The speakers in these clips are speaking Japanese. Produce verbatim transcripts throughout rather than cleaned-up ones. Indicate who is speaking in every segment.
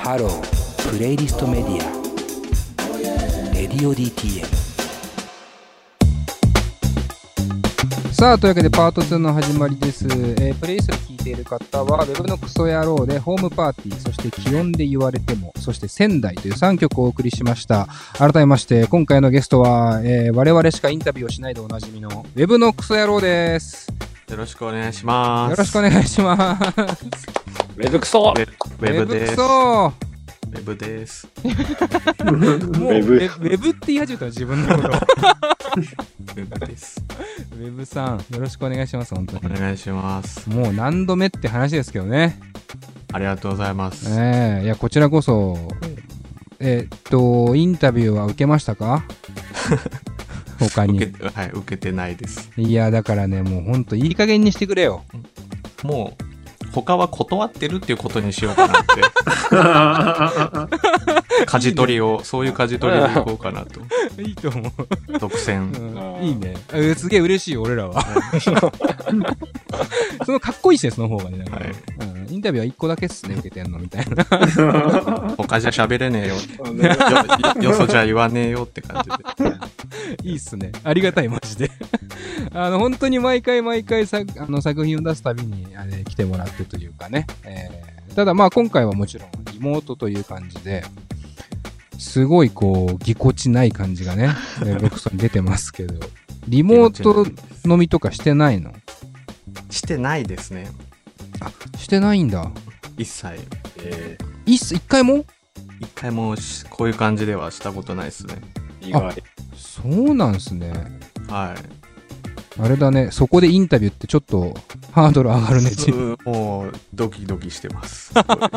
Speaker 1: ハロープレイリストメディアレディオ ディーティーエム。 さあというわけでパートツーの始まりです、えー、プレイリストで聞いている方は Web のクソ野郎でホームパーティー、そして気温で言われても、そして仙台というさんきょくをお送りしました。改めまして今回のゲストは、えー、我々しかインタビューをしないでおなじみの Web のクソ野郎です。
Speaker 2: よろしくお願いします。
Speaker 1: よろしくお願いします。
Speaker 3: ウェブクソ。
Speaker 2: ウェブです。
Speaker 1: ウェ
Speaker 2: ブです。
Speaker 1: もうウェブ、ウェブって言い始めたの自分のこと。ウ
Speaker 2: ェブです。
Speaker 1: ウェブさん、よろしくお願いします。本当に。
Speaker 2: お願いします。
Speaker 1: もう何度目って話ですけどね。
Speaker 2: ありがとうございます。
Speaker 1: ええー、いやこちらこそ、えー、っとインタビューは受けましたか？他に。
Speaker 2: 受け、はい、受けてないです。
Speaker 1: いやだからね、もう本当いい加減にしてくれよ。
Speaker 2: もう他は断ってるっていうことにしようかなって。舵取りを、そういう舵取りでいこうかなと。
Speaker 1: いいと思う。
Speaker 2: 独占、
Speaker 1: うん、いいね。すげえ嬉しいよ俺らは。そのかっこいいですね、その方がね。はい、うん、インタビューはいっこだけっすね、受けてんのみたいな。
Speaker 2: 他じゃ喋れねえよ。よ, よそじゃ言わねえよって感じで。
Speaker 1: いいっすね。ありがたい、マジで。あの、本当に毎回毎回さあの作品を出すたびにあれ来てもらってというかね。えー、ただまあ今回はもちろんリモートという感じで、すごいこう、ぎこちない感じがね、僕そに出てますけど、リモート飲みとかしてないの？
Speaker 2: してないですね。
Speaker 1: あ、してないんだ。
Speaker 2: 一切。
Speaker 1: えー、一, 一回も
Speaker 2: 一回もこういう感じではしたことないですね。
Speaker 3: 意外。
Speaker 1: そうなんすね。
Speaker 2: はい。
Speaker 1: あれだね、そこでインタビューってちょっとハードル上がるね。
Speaker 2: もうドキドキしてます。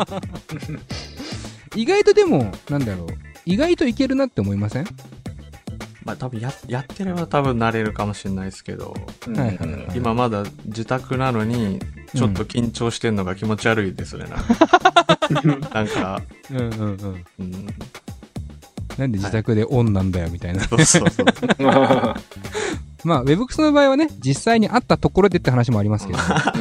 Speaker 1: 意外とでもなんだろう、意外といけるなって思いません？
Speaker 2: まあ多分 や, やってれば多分慣れるかもしれないですけど、
Speaker 1: はいはいはい、
Speaker 2: 今まだ自宅なのにちょっと緊張してんのが気持ち悪いですね。うん、なんか、うんうんうん、うん、
Speaker 1: なんで自宅でオンなんだよみたいな。
Speaker 2: そうそうそう。
Speaker 1: まあ、ウェブクソの場合はね、実際に会ったところでって話もありますけど。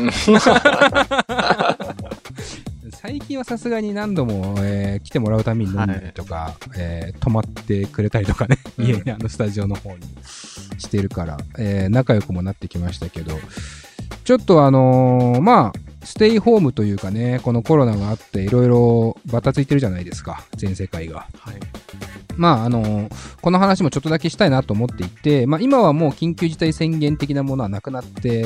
Speaker 1: 最近はさすがに何度も、えー、来てもらうために飲んだりとか、はい、えー、泊まってくれたりとかね、うん、家にあのスタジオの方にしてるから、えー、仲良くもなってきましたけど、ちょっとあのー、まあ、ステイホームというかね、このコロナがあっていろいろバタついてるじゃないですか、全世界が。はい、まああのー、この話もちょっとだけしたいなと思っていて、まあ、今はもう緊急事態宣言的なものはなくなって、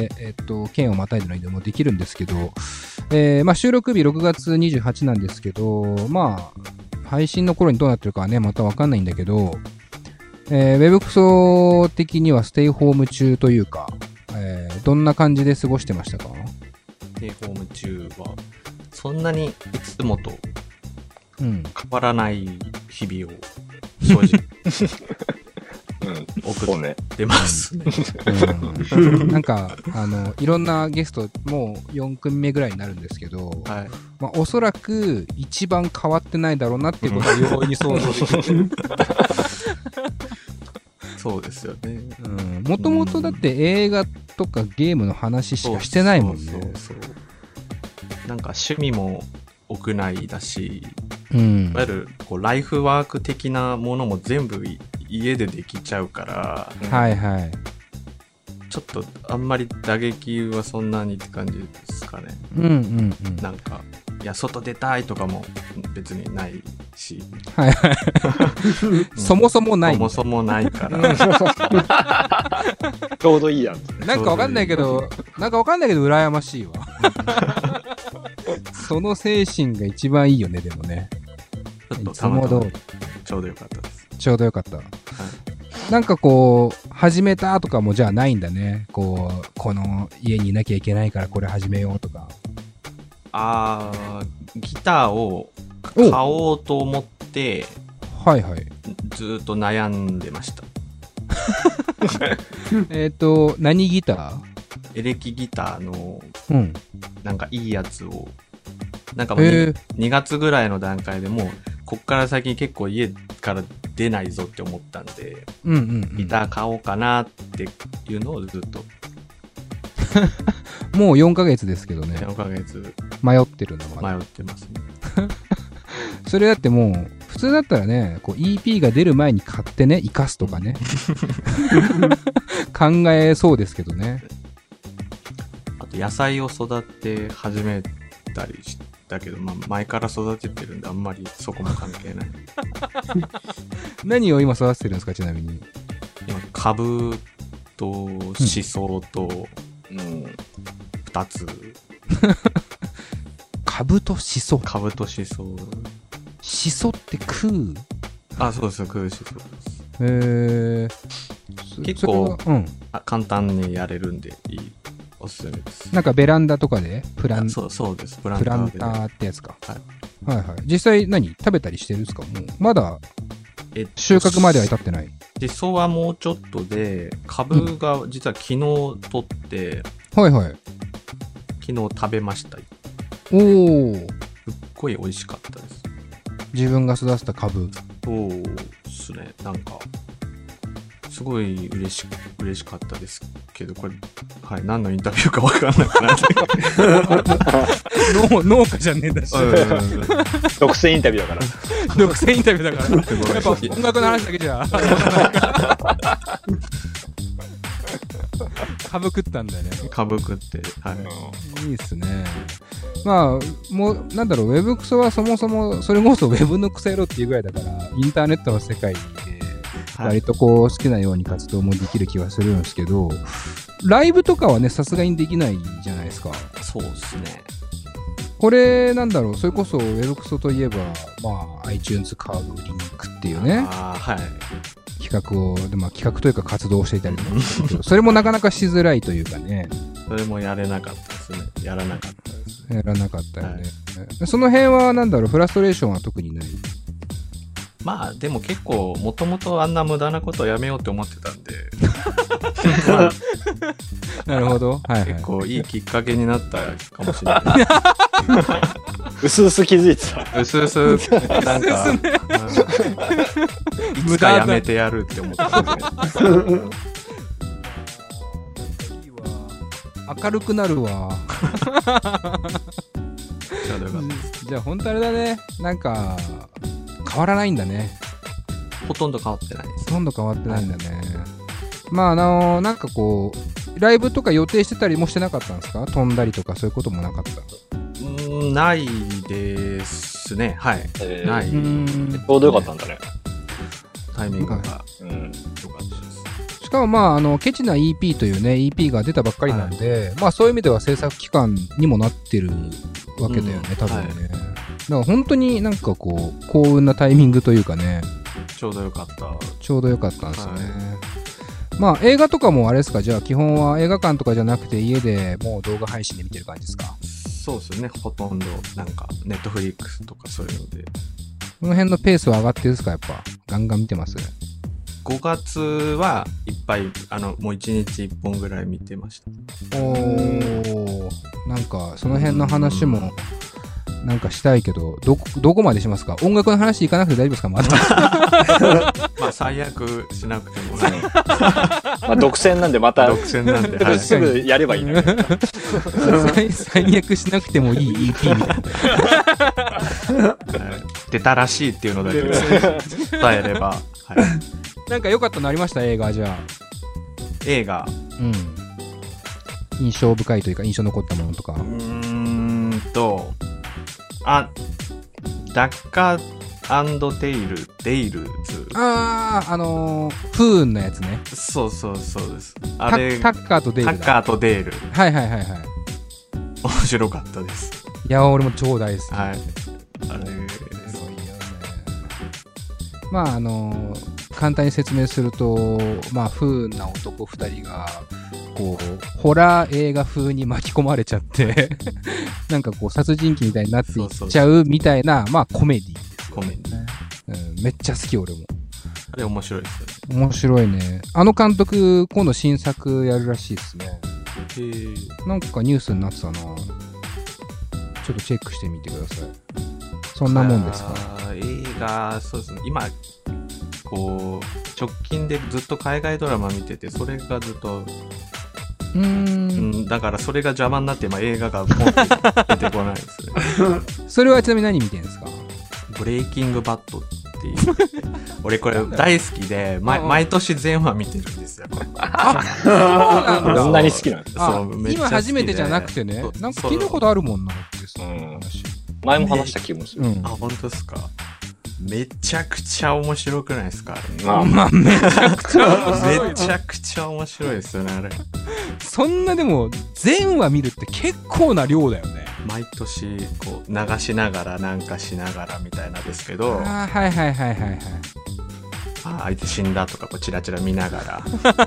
Speaker 1: えっと、県をまたいでの移動もできるんですけど、えーまあ、収録日ろくがつにじゅうはちなんですけど、まあ、配信の頃にどうなってるかはね、またわかんないんだけど、えー、ウェブクソ的にはステイホーム中というか、えー、どんな感じで過ごしてましたか？
Speaker 2: ステイホーム中は、そんなにいつもと変わらない日々を正直、うん、送ってますね。
Speaker 1: うん、なんかあのいろんなゲストもうよん組目ぐらいになるんですけど、はい、まあ、おそらく一番変わってないだろうなっていうことは容易に想像できる。
Speaker 2: そうですよね。
Speaker 1: もともとだって映画とかゲームの話しかしてないもんね。
Speaker 2: そうそうそう。なんか趣味も屋内だし、
Speaker 1: うん、
Speaker 2: いわゆるこうライフワーク的なものも全部家でできちゃうから、
Speaker 1: はいはい、
Speaker 2: ちょっとあんまり打撃はそんなにって感じですかね。
Speaker 1: うんうんうん、
Speaker 2: なんかいや外出たいとかも別にないし、
Speaker 1: はいはい、うん、そもそもない
Speaker 2: そもそもないから
Speaker 3: ちょうどいいやん。
Speaker 1: なんかわかんないけどなんかわかんないけど羨ましいわ。その精神が一番いいよね。でもね、
Speaker 2: ちょっとたまたまちょうどよかったです。
Speaker 1: ちょうどよかった、はい、なんかこう始めたとかもじゃあないんだね。こうこの家にいなきゃいけないからこれ始めようとか。
Speaker 2: あー、ギターを買おうと思って
Speaker 1: はいはい、
Speaker 2: ずっと悩んでました。
Speaker 1: えっと何ギター？
Speaker 2: エレキギターの、
Speaker 1: うん、
Speaker 2: なんかいいやつをなんかもう 2, にがつぐらいの段階でもうこっから先結構家から出ないぞって思ったんで、
Speaker 1: うんうんうん、
Speaker 2: ギター買おうかなっていうのをずっと
Speaker 1: もうよんかげつですけどね。
Speaker 2: よんかげつ
Speaker 1: 迷ってるのは
Speaker 2: 迷ってますね。
Speaker 1: それだってもう普通だったらね、こう イーピー が出る前に買ってね、生かすとかね考えそうですけどね。
Speaker 2: あと野菜を育て始めたりしたけど、まあ、前から育ててるんであんまりそこも関係ない
Speaker 1: 何を今育ててるんですか、ちなみに。
Speaker 2: 今カブとシソと、うん、ふたつ
Speaker 1: カブとシソ。
Speaker 2: カブとシソ。
Speaker 1: シソって食う？
Speaker 2: あ、そうです、食うシソです。
Speaker 1: へ
Speaker 2: ー。結構、うん、簡単にやれるんでいい、おすすめです。
Speaker 1: なんかベランダとかでプラン、
Speaker 2: そうそうです、プラン
Speaker 1: ター。プランターってやつか。
Speaker 2: はい、
Speaker 1: はいはい。実際何食べたりしてるんですか？もうまだ収穫までは至ってない。
Speaker 2: シソはもうちょっとで、カブが実は昨日取って、
Speaker 1: うん、はいはい。
Speaker 2: 昨日食べました。
Speaker 1: おお。す
Speaker 2: っごい美味しかったです。
Speaker 1: 自分が育てたカブ。
Speaker 2: そうですね。なんかすごい嬉し嬉しかったですけど、これはい何のインタビューか分かんなくなって
Speaker 1: 農農家じゃねえんだし。
Speaker 3: 独占インタビューだから。
Speaker 1: 独占インタビューだから。やっぱ音楽の話だけじゃ。株食ったんだよね。
Speaker 2: 株食って、はい。
Speaker 1: いいっすね。まあ、もう、なんだろう、ウェブクソはそもそも、それこそウェブのクソ野郎っていうぐらいだから、インターネットの世界で、割とこう、好きなように活動もできる気はするんですけど、ライブとかはね、さすがにできないじゃないですか。
Speaker 2: そうですね。
Speaker 1: これ、なんだろう、それこそウェブクソといえば、まあ、iTunes カードリンクっていうね。
Speaker 2: ああ、はい。
Speaker 1: 企画を、まあ、企画というか活動をしていたりとかするけど、それもなかなかしづらいというかね。
Speaker 2: それもやれなかったですね。やらなかったですね。
Speaker 1: やらなかったよね。はい、その辺はなんだろう、フラストレーションは特にない。
Speaker 2: まあでも結構もともとあんな無駄なことをやめようって思ってたんで
Speaker 1: なるほど、はいはい、
Speaker 2: 結構いいきっかけになったかもしれない
Speaker 3: うすうす気づいてた。
Speaker 2: うすうすなんか、ね、うん、いつかやめてやるって思ったんで
Speaker 1: 明るくなるわじゃあ本当あれだね、なんか変わらないんだね。
Speaker 2: ほとんど変わってないです。
Speaker 1: ほとんど変わってないんだね。はい、まああのー、なんかこうライブとか予定してたりもしてなかったんですか？飛んだりとかそういうこともなかった？
Speaker 2: うーん、ないですね。はい。えー、ない。
Speaker 3: ちょうどよかったんだね。
Speaker 2: タイミングが、
Speaker 3: うん、
Speaker 2: よかったです。
Speaker 1: しかもまああのケチな イーピー というね イーピー が出たばっかりなんで、はい、まあそういう意味では制作期間にもなってるわけだよね、うん、多分ね。はい、だから本当になんかこう幸運なタイミングというかね、
Speaker 2: ちょうどよかった。
Speaker 1: ちょうどよかったんですよね。はい、まあ映画とかもあれですか、じゃあ基本は映画館とかじゃなくて家でもう動画配信で見てる感じですか？
Speaker 2: そうですね、ほとんどなんかネットフリックスとかそういうので。
Speaker 1: この辺のペースは上がってるんですか？やっぱガンガン見てます？
Speaker 2: ごがつはいっぱいあのもういちにちいっぽんぐらい見てました。
Speaker 1: おー、なんかその辺の話もなんかしたいけど、どこ、どこまでしますか？音楽の話いかなくて大丈夫ですか？まだ
Speaker 2: まあ最悪しなくてもね
Speaker 3: まあ独占なんでまた
Speaker 2: 独占なんで、はい、
Speaker 3: すぐやればいいんだけど
Speaker 1: 最, 最悪しなくてもいい イーピー みたいな
Speaker 2: 出たらしいっていうのだけ伝えれば、はい、
Speaker 1: なんか良かったのありました？映画じゃあ。
Speaker 2: 映画、
Speaker 1: うん、印象深いというか印象残ったものとか。うー
Speaker 2: んとあ、ダッカー&テイル、デイルズ。
Speaker 1: ああ、あのー、フーンのやつね。
Speaker 2: そうそうそうです。あれ
Speaker 1: タッカーとデイルだ。
Speaker 2: タッカーとデイル。
Speaker 1: はいはいはいはい。
Speaker 2: 面白かったです。
Speaker 1: いや、俺も超大好き。
Speaker 2: はい。あれ、
Speaker 1: すごいよね。まあ、あのー、簡単に説明すると、まあ、不運な男二人が、こうホラー映画風に巻き込まれちゃってなんかこう殺人鬼みたいになっていっちゃうみたいな、まあコメディです、
Speaker 2: コメディ、
Speaker 1: うん、めっちゃ好き俺も。
Speaker 2: あれ面白いですよね。
Speaker 1: 面白いね。あの監督今度新作やるらしいですね。
Speaker 2: へー、
Speaker 1: なんかニュースになってたな。ちょっとチェックしてみてください。そんなもんですか？
Speaker 2: 映画、そうですね、今こう直近でずっと海外ドラマ見てて、それがずっと
Speaker 1: うーん、うん、
Speaker 2: だからそれが邪魔になって、まあ、映画がポンって出てこないですね
Speaker 1: それはちなみに何見てるんですか？
Speaker 2: ブレイキングバットっていう俺これ大好きで毎毎年全話見てるんですよ。
Speaker 3: あそんなに好きなんです
Speaker 1: か。今初めてじゃなくてね、なんか聞いたことあるもんなってその話。
Speaker 3: 前も話した気もする。
Speaker 2: あ、本当ですか。めちゃくちゃ面白くないですか。
Speaker 1: まあまあめちゃくちゃ
Speaker 2: めちゃくちゃ面白いですよねあれ。
Speaker 1: そんなでも全話見るって結構な量だよね。
Speaker 2: 毎年こう流しながらなんかしながらみたいなんですけど、
Speaker 1: あはいはいはいはいはい。
Speaker 2: あ相手死んだとかこうチラチラ見ながら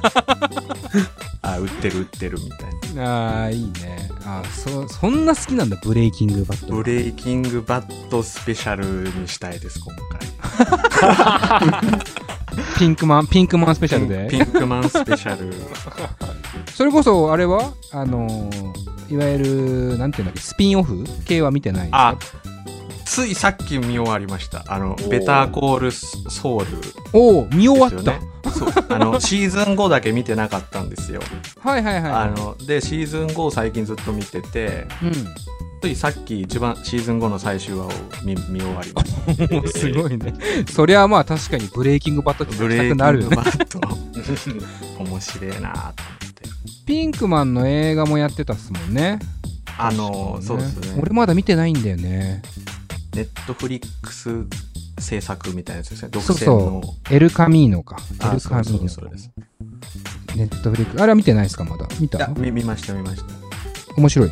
Speaker 2: あ売ってる売ってるみたい
Speaker 1: な。あいいね。あそそんな好きなんだブレイキングバット。
Speaker 2: ブレイキングバットスペシャルにしたいです今回。
Speaker 1: ピンクマンピンクマンスペシャルで。
Speaker 2: ピンクマンスペシャル。
Speaker 1: それこそあれはあのー、いわゆるなんていうんだっけスピンオフ系は見てないですか。
Speaker 2: あついさっき見終わりました。あのベターコールソウル、ね、
Speaker 1: おお見終わった。
Speaker 2: そうあのシーズンごだけ見てなかったんですよ。
Speaker 1: はいはいはい。
Speaker 2: あのでシーズンごを最近ずっと見てて、うん、ついさっき一番シーズンごの最終話を 見, 見終わりました。
Speaker 1: すごいね。そりゃまあ確かにブレイキングバットって聞きたくなるよね。
Speaker 2: ブレイキングバット面白いなと思って。
Speaker 1: ピンクマンの映画もやってたっすもんね。
Speaker 2: あの、ね、そうですね。
Speaker 1: 俺まだ見てないんだよね。
Speaker 2: ネットフリックス制作みたいなやつですね。独
Speaker 1: 占の。そうそうエルカミーノか。エルカミーノ。
Speaker 2: そうです。
Speaker 1: ネットフリックス。あれは見てないですかまだ。見た？
Speaker 2: いや、見、見ました見ました。
Speaker 1: 面白い。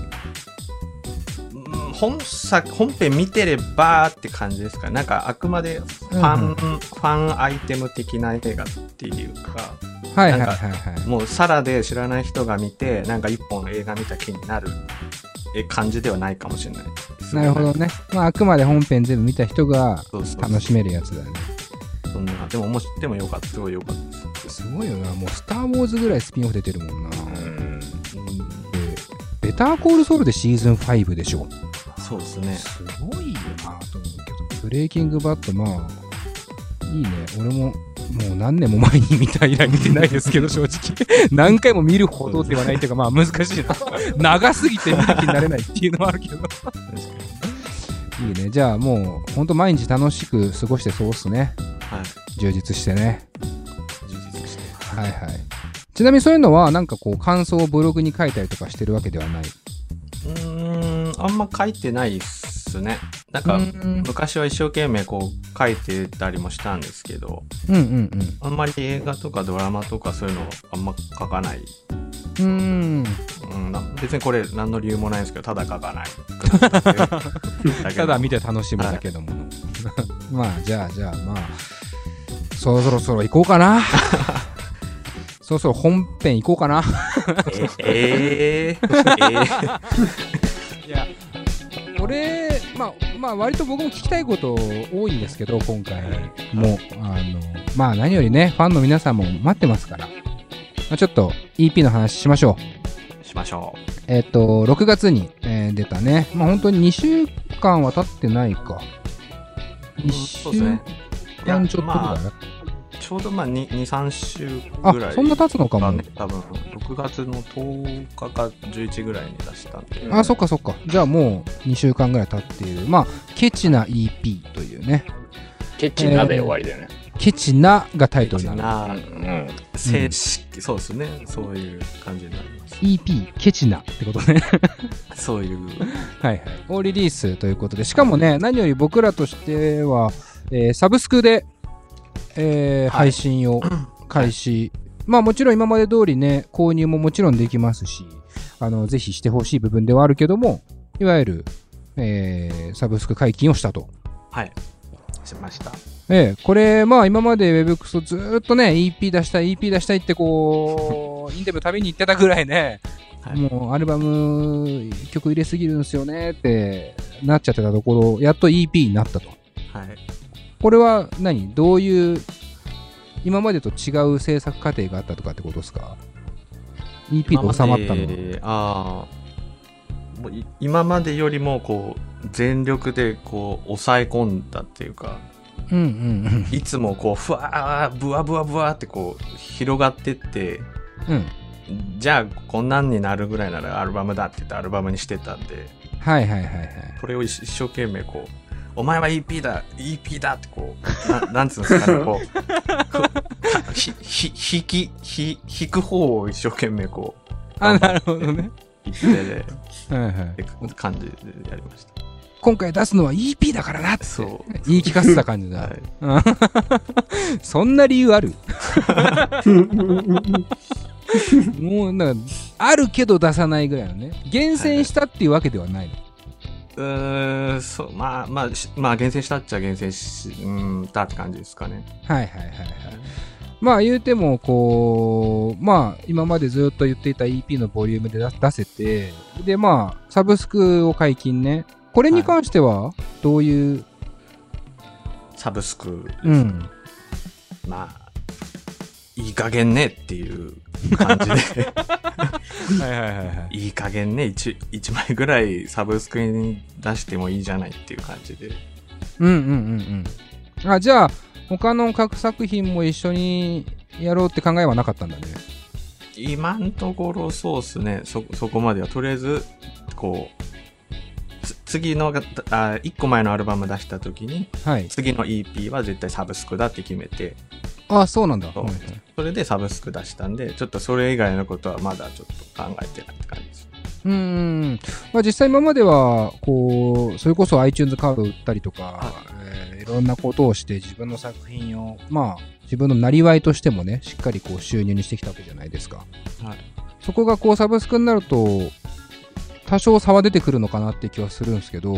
Speaker 2: 本作本編見てればって感じですか。なんかあくまでファン、うんうん、ファンアイテム的な映画っていうか。
Speaker 1: はいはいはいはい。
Speaker 2: もうサラで知らない人が見てなんか一本映画見た気になる感じではないかもしれない。
Speaker 1: なるほどね。まああくまで本編全部見た人が楽しめるやつだね。
Speaker 2: そんなでももしでもよかったすごいよかったです。
Speaker 1: すごいよな。もうスター・ウォーズぐらいスピンオフ出てるもんな。うんでベター・コール・ソウルでシーズンごでしょ。
Speaker 2: そうですね。
Speaker 1: すごいよなと思うけど。ブレイキングバットまあいいね。俺ももう何年も前に見た以来見てないですけど正直何回も見るほどではないというかまあ難しいな長すぎて見る気になれないっていうのはあるけどいいね。じゃあもうほんと毎日楽しく過ごしてそうっすね。
Speaker 2: はい。
Speaker 1: 充実してね。
Speaker 2: 充実して。
Speaker 1: はいはい。ちなみにそういうのはなんかこう感想をブログに書いたりとかしてるわけではない？
Speaker 2: うーんあんま書いてないっすね。なんか昔は一生懸命こう書いてたりもしたんですけど、
Speaker 1: うんうんうん、
Speaker 2: あんまり映画とかドラマとかそういうのあんま書かない。
Speaker 1: うーん、
Speaker 2: うん、別にこれ何の理由もないんですけどただ書かない
Speaker 1: ただ見て楽しむだけのもの、はい、まあじゃあじゃあまあそろそろそろ行こうかなそろそろ本編行こうかな
Speaker 2: えー、えー、
Speaker 1: いや俺まあまあ割と僕も聞きたいこと多いんですけど今回もあのまあ何よりねファンの皆さんも待ってますから、まあ、ちょっと イーピー の話しましょ
Speaker 2: うしましょう
Speaker 1: えっとろくがつに、えー、出たねまあ本当ににしゅうかんは経ってないかいっしゅうかんちょっとぐらい、まあ
Speaker 2: ちょうどまあに、さんしゅうぐらい、
Speaker 1: あ、そんな経つのかも。
Speaker 2: 多分ろくがつのとおかかじゅういちぐらいに出したんで。
Speaker 1: あ、そっかそっか。じゃあもうにしゅうかんぐらい経っている。まあ、ケチな イーピー というね。
Speaker 3: ケチなで終わりだよね。
Speaker 1: えー、ケチながタイトルに
Speaker 2: なる。ケチな、うん、正式、そうですね。そういう感じになります。
Speaker 1: イーピー、ケチなってことね。
Speaker 2: そういう。
Speaker 1: はいはい。をリリースということで。しかもね、何より僕らとしては、えー、サブスクで、えーはい、配信を開始、はい、まあもちろん今まで通りね購入ももちろんできますしあのぜひしてほしい部分ではあるけどもいわゆる、えー、サブスク解禁をしたと
Speaker 2: はいしました、
Speaker 1: えー、これまあ今まで ウェブクス をずーっとね イーピー 出したい イーピー 出したいってこうインデブ旅に行ってたぐらいね、はい、もうアルバム曲入れすぎるんですよねってなっちゃってたところやっと イーピー になったと
Speaker 2: はい
Speaker 1: これは何どういう今までと違う制作過程があったとかってことですか イーピー で収まったの
Speaker 2: はあもう今までよりもこう全力でこう抑え込んだっていうか、
Speaker 1: うんうんうん、
Speaker 2: いつもこうふわーブワブワブワってこう広がってって、
Speaker 1: うん、
Speaker 2: じゃあこんなんになるぐらいならアルバムだって言ってアルバムにしてたんで
Speaker 1: はいはいはいはい
Speaker 2: これを一生懸命こうお前は イーピー だ イーピー だってこう な, なんつうんですかねこうひひ引きひ引く方を一生懸命こう
Speaker 1: あなるほどね
Speaker 2: 言ってではい、はい、感じでやりました。
Speaker 1: 今回出すのは イーピー だからなって
Speaker 2: そう
Speaker 1: 言い聞かせた感じだ、はい、そんな理由あるもうなんかあるけど出さないぐらいのね厳選したっていうわけではないの、はい、
Speaker 2: うーんそうまあまあまあ厳選したっちゃ厳選しうんだって感じですかね。
Speaker 1: はいはいはいはい。まあ言うてもこうまあ今までずっと言っていた イーピー のボリュームで出せてでまあサブスクを解禁ね。これに関してはどういう、はい、
Speaker 2: サブスクです、
Speaker 1: うん、
Speaker 2: まあいい加減ねっていう感じではいはいはい、はい、いい加減ね 1, 1枚ぐらいサブスクに出してもいいじゃないっていう感じで
Speaker 1: うんうんうんうんあじゃあ他の各作品も一緒にやろうって考えはなかったんだね。
Speaker 2: 今のところそうっすね そ, そこまではとりあえずこう次のあいっこまえのアルバム出した時に、はい、次の イーピー は絶対サブスクだって決めて
Speaker 1: あそうなんだ
Speaker 2: そ, う、はい、それでサブスク出したんでちょっとそれ以外のことはまだちょっと考えてないって感じです。
Speaker 1: うん、まあ、実際今まではこうそれこそ iTunes カード売ったりとか、はいえー、いろんなことをして自分の作品をまあ自分のなりわいとしてもねしっかりこう収入にしてきたわけじゃないですか、はい、そこがこうサブスクになると多少差は出てくるのかなって気はするんですけど、うん、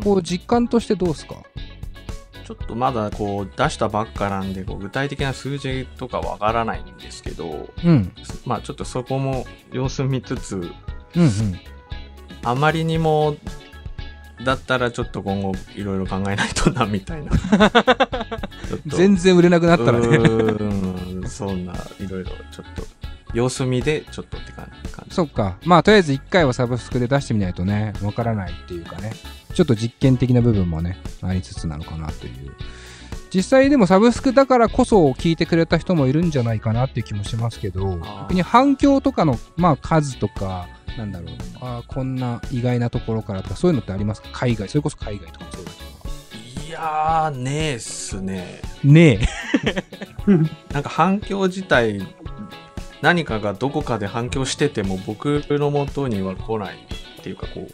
Speaker 1: こう実感としてどうですか？
Speaker 2: ちょっとまだこう出したばっかなんでこう具体的な数字とかわからないんですけど、うん、まあちょっとそこも様子見つつ、うんうん、あまりにもだったらちょっと今後いろいろ考えないとなみたいな
Speaker 1: 全然売れなくなったらね
Speaker 2: うんそんないろいろちょっと様子見でちょっとって感じ。
Speaker 1: そっかまあとりあえずいっかいはサブスクで出してみないとねわからないっていうかねちょっと実験的な部分もねありつつなのかなという。実際でもサブスクだからこそ聞いてくれた人もいるんじゃないかなっていう気もしますけど逆に反響とかのまあ数とかなんだろうあこんな意外なところからとかそういうのってありますか？海外それこそ海外とかもそうだけ
Speaker 2: ど。いやーねえっすね
Speaker 1: ねえ
Speaker 2: なんか反響自体何かがどこかで反響してても僕の元には来ないっていうかこう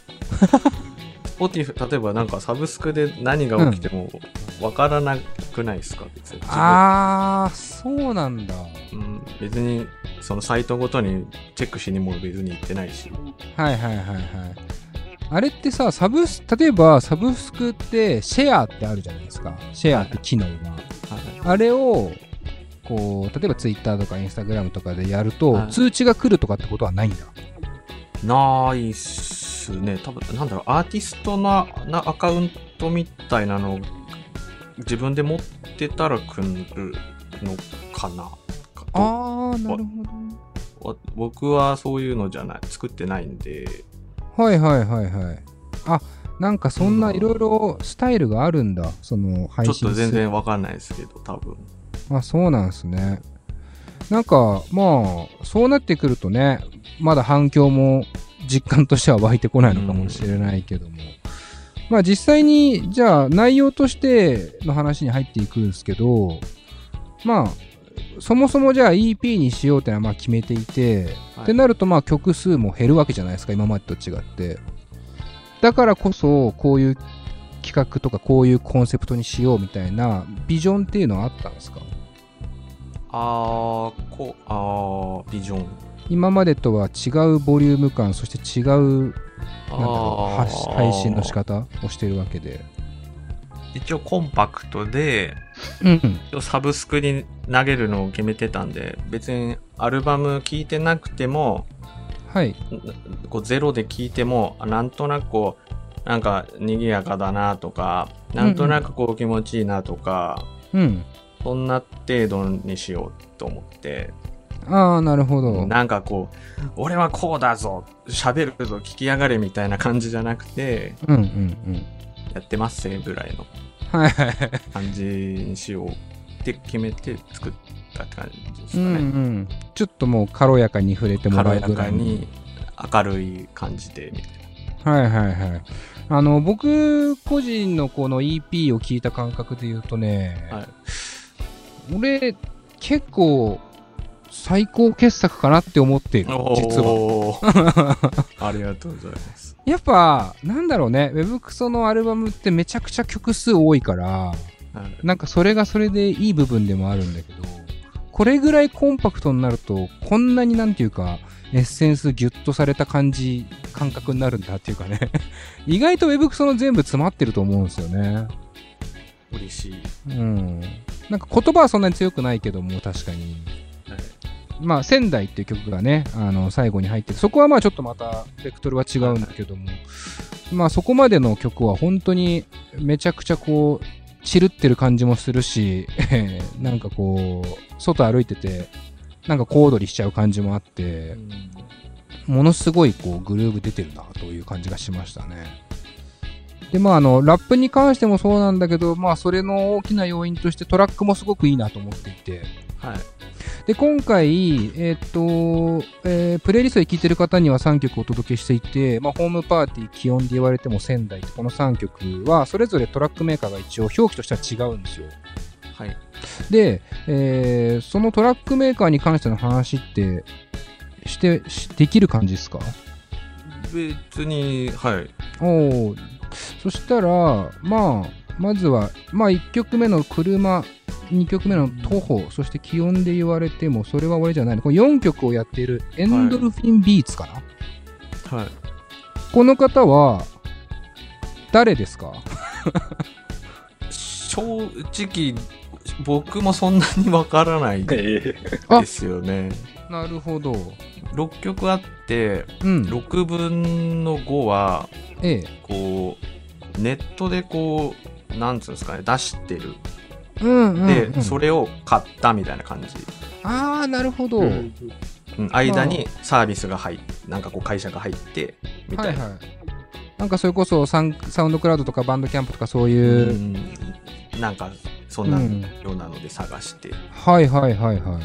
Speaker 2: Spotify 例えばなんかサブスクで何が起きてもわからなくないですか、うん、別に
Speaker 1: ああそうなんだ、
Speaker 2: うん、別にそのサイトごとにチェックしにも別に行ってないし
Speaker 1: はいはいはいはいあれってさサブス例えばサブスクってシェアってあるじゃないですかシェアって機能が、はいはい、あれをこう例えばツイッターとかインスタグラムとかでやると、はい、通知が来るとかってことはないんだ。
Speaker 2: ないっすね。多分なんだろうアーティストのなアカウントみたいなの自分で持ってたら来るのかな。
Speaker 1: ああなるほ
Speaker 2: ど。僕はそういうのじゃない作ってないんで。
Speaker 1: はいはいはいはい。あなんかそんないろいろスタイルがあるんだその配信
Speaker 2: ちょっと全然わかんないですけど多分。
Speaker 1: あそうなんですね。なんかまあそうなってくるとねまだ反響も実感としては湧いてこないのかもしれないけども、うん、まあ実際にじゃあ内容としての話に入っていくんですけどまあそもそもじゃあ イーピー にしようってのはまあ決めていて、はい、ってなるとまあ曲数も減るわけじゃないですか今までと違って。だからこそこういう企画とかこういうコンセプトにしようみたいなビジョンっていうのはあったんですか？
Speaker 2: あーこあービジョン
Speaker 1: 今までとは違うボリューム感そして違うなんだろう配信の仕方をしているわけで
Speaker 2: 一応コンパクトで、
Speaker 1: うん
Speaker 2: うん、サブスクに投げるのを決めてたんで別にアルバム聴いてなくても、
Speaker 1: はい、
Speaker 2: こうゼロで聴いてもなんとなくこうなんか賑やかだなとかなんとなくこう気持ちいいなとか、
Speaker 1: うんうん
Speaker 2: そんな程度にしようと思って
Speaker 1: ああなるほど
Speaker 2: なんかこう俺はこうだぞ喋るぞ聞きやがれみたいな感じじゃなくて、
Speaker 1: うんうんうん、
Speaker 2: やってますせぐらいの感じにしようって決めて作ったって感じですかね、うんうん、
Speaker 1: ちょっともう軽やかに触れてもらうぐらい
Speaker 2: 軽やかに明るい感じでみたい
Speaker 1: はいはいはい。あの、僕個人のこの イーピー を聞いた感覚で言うとね、はい、俺、結構、最高傑作かなって思っている、実は。
Speaker 2: ありがとうございます。
Speaker 1: やっぱ、なんだろうね、ウェブクソのアルバムってめちゃくちゃ曲数多いから、はい、なんかそれがそれでいい部分でもあるんだけど、これぐらいコンパクトになると、こんなになんていうか、エッセンスギュッとされた感じ、感覚になるんだっていうかね。意外とウェブクソの全部詰まってると思うんですよね。
Speaker 2: 嬉しい。
Speaker 1: うん。なんか言葉はそんなに強くないけども、確かに。はい、まあ、仙台っていう曲がね、あの、最後に入ってる。そこはまあちょっとまた、ベクトルは違うんだけども、まあそこまでの曲は本当にめちゃくちゃこう、チルってる感じもするし、なんかこう、外歩いてて、なんか小躍りしちゃう感じもあって、うん、ものすごいこうグルーヴ出てるなという感じがしましたね。で、まああの、ラップに関してもそうなんだけど、まあそれの大きな要因としてトラックもすごくいいなと思っていて、はい。で、今回、えー、っと、えー、プレイリストで聴いてる方にはさんきょくお届けしていて、まあホームパーティー、気温で言われても仙台ってこのさんきょくは、それぞれトラックメーカーが一応表記としては違うんですよ。はい。で、えー、そのトラックメーカーに関しての話ってしてできる感じですか？
Speaker 2: 別に、はい。
Speaker 1: おー、そしたらまあまずはまあいっきょくめの車、にきょくめの徒歩、そして気温で言われてもそれは終わりじゃないの。このよんきょくをやっているエンドルフィンビーツかな。はい。この方は誰ですか？
Speaker 2: 正直僕もそんなにわからないですよね。
Speaker 1: なるほど。
Speaker 2: ろっきょくあって、うん、ろくぶんのごは、ええ、こうネットでこうなんつうんですかね、出してる、うんうんうん、でそれを買ったみたいな感じ。
Speaker 1: ああ、なるほど、うん
Speaker 2: うん、間にサービスが入って、なんかこう会社が入ってみたいな、はいはい、
Speaker 1: なんかそれこそサンサウンドクラウドとかバンドキャンプとかそういう、うん、
Speaker 2: なんかそんなようなので探して、うん、
Speaker 1: はいはいはいはい。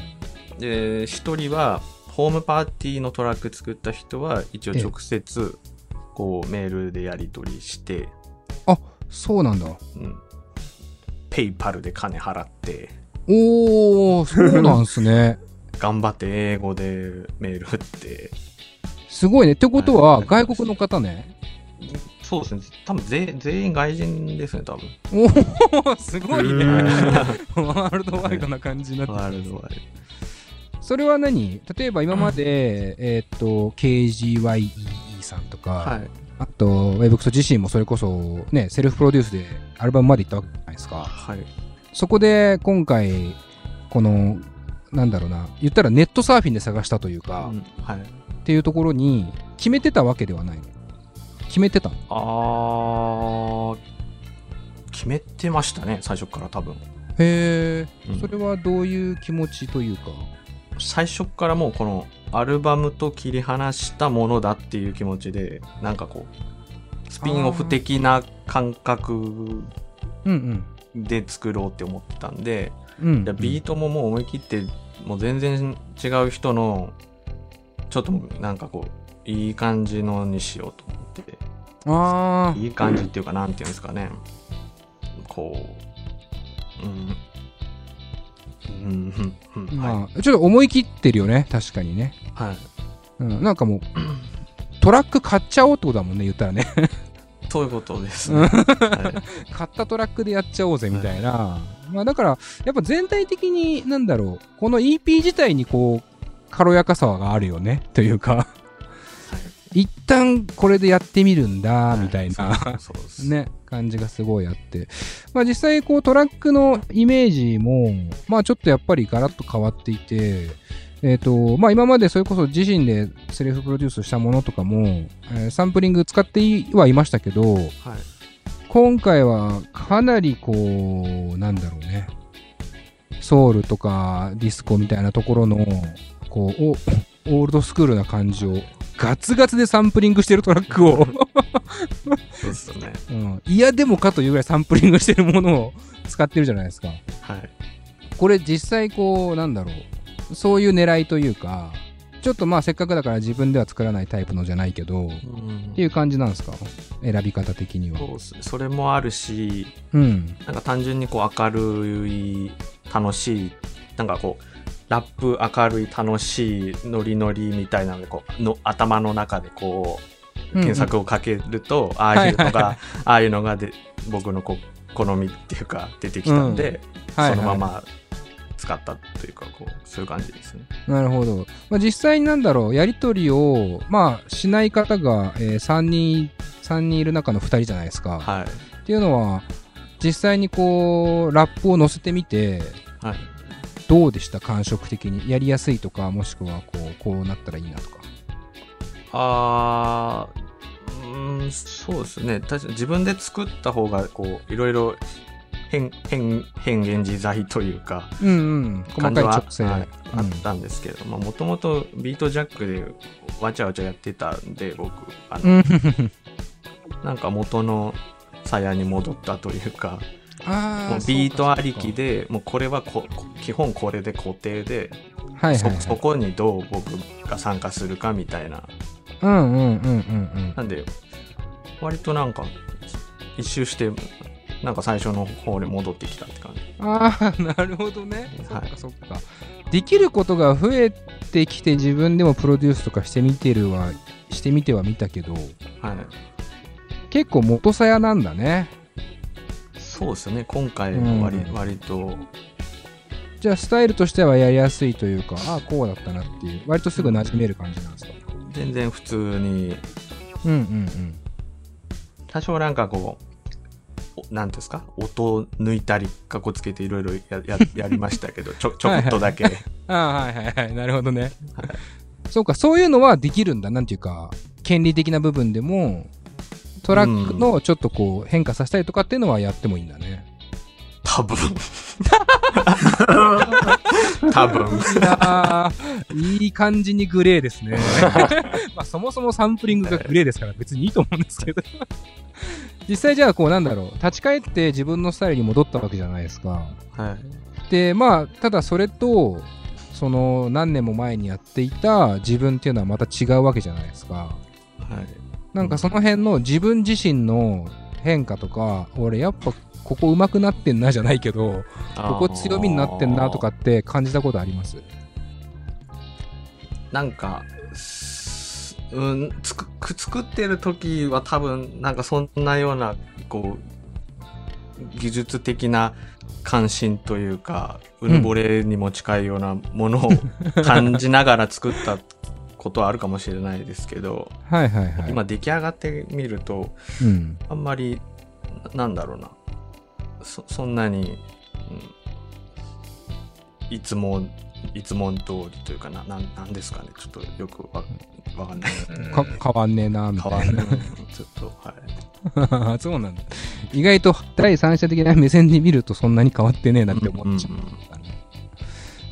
Speaker 2: で一人はホームパーティーのトラック作った人は一応直接こうメールでやり取りして、
Speaker 1: あ、そうなんだ、うん、
Speaker 2: ペイパルで金払って、
Speaker 1: おー、そうなんすね
Speaker 2: 頑張って英語でメール打って、
Speaker 1: すごいね。ってことは外国の方ね。
Speaker 2: そうですね。多分全全員外人ですね、多分。
Speaker 1: おお、すごいね。ワールドワイドな感じになってる。ワールドワイド。それは何？例えば今まで、うん、えー、っと ケージーワイイーイー さんとか、はい、あとウェブクソ自身もそれこそねセルフプロデュースでアルバムまで行ったわけじゃないですか。はい。そこで今回このなんだろうな、言ったらネットサーフィンで探したというか、うん、はい、っていうところに決めてたわけではないの？決めてたの？
Speaker 2: あー、決めてましたね、最初から多分。
Speaker 1: へー、うん、それはどういう気持ちというか？
Speaker 2: 最初からもうこのアルバムと切り離したものだっていう気持ちで、なんかこうスピンオフ的な感覚で作ろうって思ってたんで、うんうん、ビートももう思い切ってもう全然違う人のちょっとなんかこういい感じのにしようと思ってて、あ、いい感じっていうかなんていうんですかね、こう、うん
Speaker 1: うんうんうん、まあ、はい、ちょっと思い切ってるよね、確かにね。はい。うん、なんかもうトラック買っちゃおうってことだもんね、言ったらね。
Speaker 2: そういうことですね。はい、
Speaker 1: 買ったトラックでやっちゃおうぜみたいな。はい、まあだからやっぱ全体的になんだろう、この イーピー 自体にこう軽やかさがあるよねというか。一旦これでやってみるんだみたいな、はい、ね、感じがすごいあって、まあ実際こうトラックのイメージもまあちょっとやっぱりガラッと変わっていて、えっとまあ今までそれこそ自身でセルフプロデュースしたものとかも、えー、サンプリング使ってはいましたけど、はい、今回はかなりこうなんだろうね、ソウルとかディスコみたいなところのこうオールドスクールな感じをガツガツでサンプリングしてるトラックを
Speaker 2: そうですよね、
Speaker 1: うん、いやでもかというぐらいサンプリングしてるものを使ってるじゃないですか。はい。これ実際こうなんだろう、そういう狙いというかちょっとまあせっかくだから自分では作らないタイプのじゃないけど、うん、っていう感じなんですか、選び方的には。
Speaker 2: そうす、それもあるし、
Speaker 1: うん、
Speaker 2: なんか単純にこう明るい楽しい、なんかこうラップ明るい楽しいノリノリみたいなのでこうの頭の中でこう検索をかけると、うんうん、ああいうのが、はいはい、ああいうのがで僕のこ好みっていうか出てきたんで、うん、はいはい、そのまま使ったというかこうそういう感じですね。
Speaker 1: なるほど。まあ、実際になんだろう、やり取りをまあしない方が、えー、さんにんさんにんいる中のふたりじゃないですか。
Speaker 2: はい。
Speaker 1: っていうのは実際にこうラップを載せてみて、
Speaker 2: はい、
Speaker 1: どうでした？感触的にやりやすいとか、もしくはこうこうなったらいいなとか。
Speaker 2: あー、うん、そうですね。確かに自分で作った方がこういろいろ変変変幻自在というか、
Speaker 1: うんうん、細かい直線、
Speaker 2: はい、あったんですけど、もともとビートジャックでわちゃわちゃやってたんで僕あのなんか元の鞘に戻ったというか、
Speaker 1: あ
Speaker 2: もうビートありきでもうこれはこ基本これで固定で、
Speaker 1: はいはいはい、
Speaker 2: そ, そこにどう僕が参加するかみたいな。
Speaker 1: うんうんうんうんうん。
Speaker 2: なんで割となんか一周してなんか最初の方に戻ってきたって感じ。
Speaker 1: ああ、なるほどね。そっかそっか。できることが増えてきて自分でもプロデュースとかしてみてるはしてみてはみたけど、
Speaker 2: はい、
Speaker 1: 結構元鞘なんだね。
Speaker 2: そうですね。今回は割、うん、割と。
Speaker 1: じゃあスタイルとしてはやりやすいというか、ああこうだったなっていう割とすぐ馴染める感じなんですか？
Speaker 2: 全然普通に。
Speaker 1: うんうんうん。
Speaker 2: 多少なんかこうなんですか、音を抜いたりかっこつけていろいろややりましたけどちょちょっとだけ。はいはい、
Speaker 1: ああはいはいはい、なるほどね。はい、そうか、そういうのはできるんだ。なんていうか権利的な部分でもトラックのちょっとこう変化させたりとかっていうのはやってもいいんだね。
Speaker 2: 多分多分
Speaker 1: いやいい感じにグレーですね。まあそもそもサンプリングがグレーですから別にいいと思うんですけど実際じゃあこうなんだろう、立ち返って自分のスタイルに戻ったわけじゃないですか。
Speaker 2: はい、
Speaker 1: でまあただそれとその何年も前にやっていた自分っていうのはまた違うわけじゃないですか。
Speaker 2: はい、
Speaker 1: なんかその辺の自分自身の変化とか、俺やっぱここ上手くなってんなじゃないけど、ここ強みになってんなとかって感じたことあります？
Speaker 2: なんか、うん、つく作ってる時は多分なんかそんなようなこう技術的な関心というかうぬぼれにも近いようなものを感じながら作ったことはあるかもしれないですけど、
Speaker 1: はいはいはい、
Speaker 2: 今出来上がってみると、
Speaker 1: うん、
Speaker 2: あんまりなんだろうな、そ, そんなに、うん、いつもいつも通りというかな、な ん, なんですかね、ちょっとよく わ, わかんない
Speaker 1: か変わんねえなみたいな。
Speaker 2: ちょっとはい
Speaker 1: そうなんだ。意外と第三者的な目線で見るとそんなに変わってねえなって思っちゃう、うんうんうん、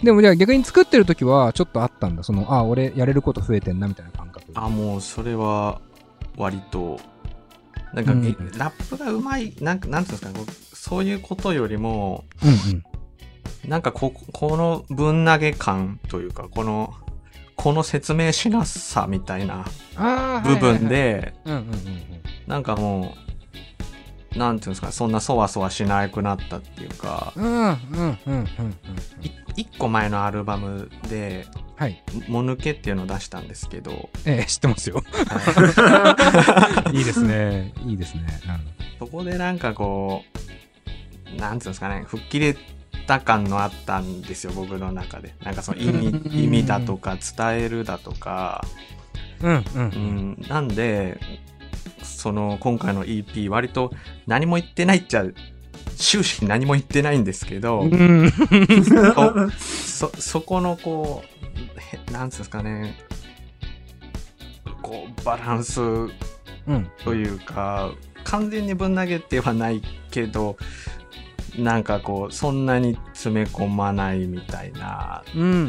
Speaker 1: でもじゃあ逆に作ってる時はちょっとあったんだ、そのあ俺やれること増えてんなみたいな感覚。
Speaker 2: あもうそれは割となんか、うん、ラップがうまいなんかなんていうんですかね、そういうことよりも、
Speaker 1: うんうん、
Speaker 2: なんかここのぶん投げ感というかこのこの説明しなさみたいな部分でなんかもうなんていうんですか、そんなそわそわしなくなったっていうか、いっこまえのアルバムで
Speaker 1: はい、
Speaker 2: もぬけっていうのを出したんですけど、
Speaker 1: えー、知ってますよ。いいですね、いいですね、
Speaker 2: うん、そこでなんかこうなんていうんですかね、吹っ切れた感のあったんですよ僕の中で。なんかその意味意味だとか伝えるだとか、
Speaker 1: うんうん、うん
Speaker 2: うん、なんでその今回の イーピー 割と何も言ってないっちゃ終始何も言ってないんですけど、うん、そ, そ, そこのこうなんですかね、こうバランスというか、うん、完全にぶん投げてはないけどなんかこうそんなに詰め込まないみたいな、
Speaker 1: うんうんうん、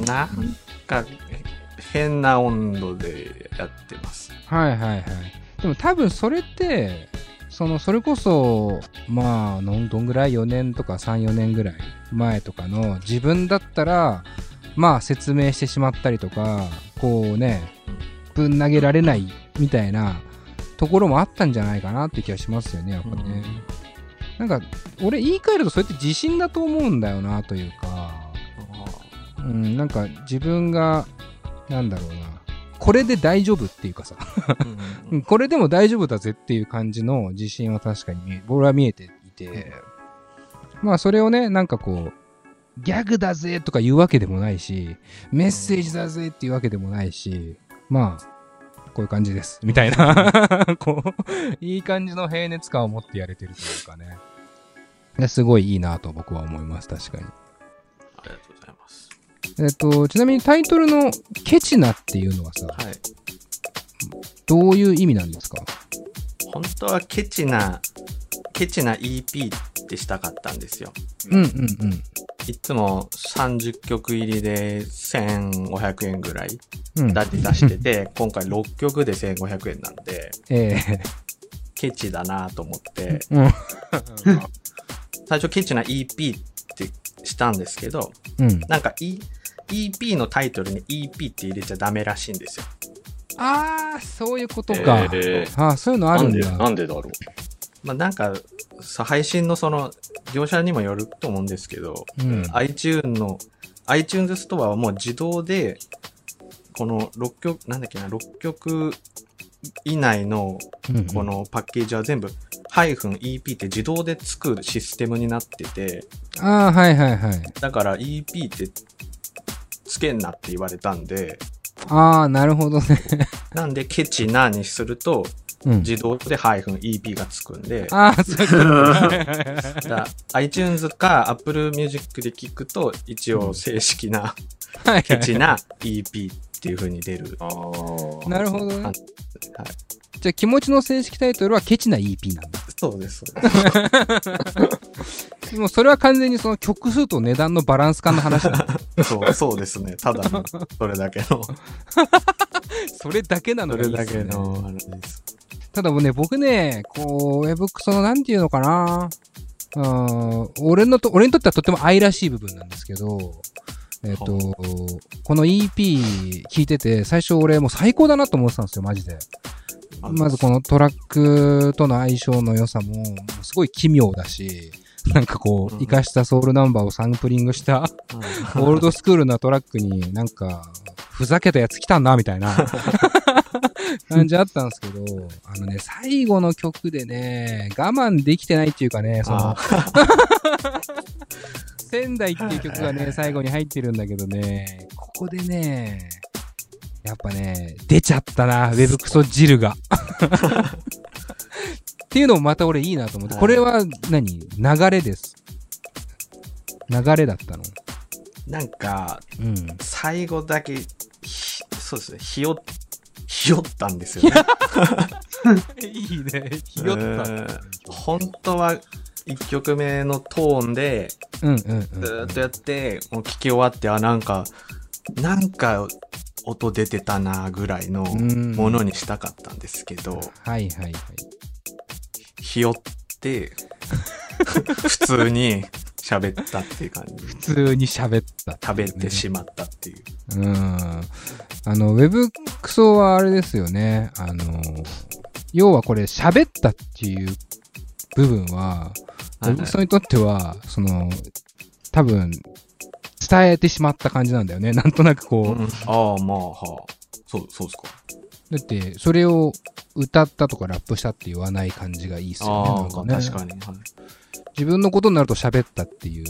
Speaker 2: なんか変な温度でやってます。
Speaker 1: はいはいはい。でも多分それってそのそれこそまあどんぐらいよねんとかさん、よねんぐらい前とかの自分だったらまあ説明してしまったりとか、こうね、ぶん投げられないみたいなところもあったんじゃないかなって気がしますよね、やっぱね。うん、なんか、俺言い換えるとそれって自信だと思うんだよなというか、うん、なんか自分が、なんだろうな、これで大丈夫っていうかさ、うん、これでも大丈夫だぜっていう感じの自信は確かに俺は見えていて、まあそれをね、なんかこう、ギャグだぜとか言うわけでもないし、メッセージだぜっていうわけでもないし、まあ、こういう感じです。みたいな、こう、いい感じの平熱感を持ってやれてるというかね。すごいいいなと僕は思います、確かに。
Speaker 2: ありがとうございます。
Speaker 1: えっと、ちなみにタイトルのケチなっていうのはさ、はい、どういう意味なんですか？
Speaker 2: 本当はケチな、ケチな イーピーってしたかったんですよ。
Speaker 1: うんうんうん。
Speaker 2: いつもさんじゅっきょく入りでせんごひゃくえんぐらいだって出してて、うん、今回ろっきょくでせんごひゃくえんなんで、えー、ケチだなと思って、うん、最初ケチな イーピーってしたんですけど、うん、なんか、e、イーピー のタイトルに イーピー って入れちゃダメらしいんですよ。
Speaker 1: あー、そういうことか。えー、あ、そういうのあるんだ。
Speaker 3: なんで、なんでだろう。
Speaker 2: まあ、なんか配信のその業者にもよると思うんですけど、うん、iTunes の iTunes ストアはもう自動でこのろっきょくなんだっけなろっきょく以内のこのパッケージは全部ハイフン イーピー って自動でつくシステムになってて、
Speaker 1: ああはいはいはい。
Speaker 2: だから イーピー ってつけんなって言われたんで、
Speaker 1: ああなるほどね。
Speaker 2: なんでケチなにすると。うん、自動でハイフン イーピー がつくんで。
Speaker 1: ああ、そういう
Speaker 2: ことだ iTunes か Apple Music で聞くと、一応正式な、うん、ケチな イーピー っていう風に出る。
Speaker 1: なるほどね。はい、じゃあ気持ちの正式タイトルはケチな イーピー なんだ。
Speaker 2: そうです、そうで
Speaker 1: す。もうそれは完全にその曲数と値段のバランス感の話だ。
Speaker 2: そう、そうですね。ただの、それだけの。
Speaker 1: それだけなのがいいですね。
Speaker 2: それだけの話です。
Speaker 1: ただもうね、僕ね、こう、ウェブクソのなんていうのかな、うん、俺のと、俺にとってはとっても愛らしい部分なんですけど、えっと、この イーピー 聞いてて、最初俺もう最高だなと思ってたんですよ、マジで。まずこのトラックとの相性の良さも、すごい奇妙だし、なんかこう、活かしたソウルナンバーをサンプリングした、オールドスクールなトラックになんか、ふざけたやつ来たんな、みたいな感じあったんですけど、あのね、最後の曲でね、我慢できてないっていうかね、その、仙台っていう曲がね、最後に入ってるんだけどね、ここでね、やっぱね、出ちゃったな、ウェブクソ汁が。っていうのもまた俺いいなと思って、これは何？流れです。流れだったの？
Speaker 2: なんか、うん、最後だけ、そうですね、ひよ、ひよったんですよね。
Speaker 1: いいね、ひよった。
Speaker 2: 本当はいっきょくめのトーンで、ずーっとやって、もう聞き終わって、あ、なんか、なんか音出てたなぐらいのものにしたかったんですけど、
Speaker 1: はいはいはい。
Speaker 2: ひよって、普通に、喋ったっていう感じ。
Speaker 1: 普通に喋った、
Speaker 2: ね。食べてしまったっていう。
Speaker 1: うん。あの、ウェブクソはあれですよね。あの、要はこれ喋ったっていう部分は、ウェブクソにとっては、その、多分、伝えてしまった感じなんだよね。なんとなくこう。うん、
Speaker 2: ああ、まあ、はあ。そう、そうですか。
Speaker 1: だって、それを歌ったとかラップしたって言わない感じがいいですよね。
Speaker 2: ああ、
Speaker 1: なんかね、
Speaker 2: 確かに。はい、
Speaker 1: 自分のことになると喋ったっていう。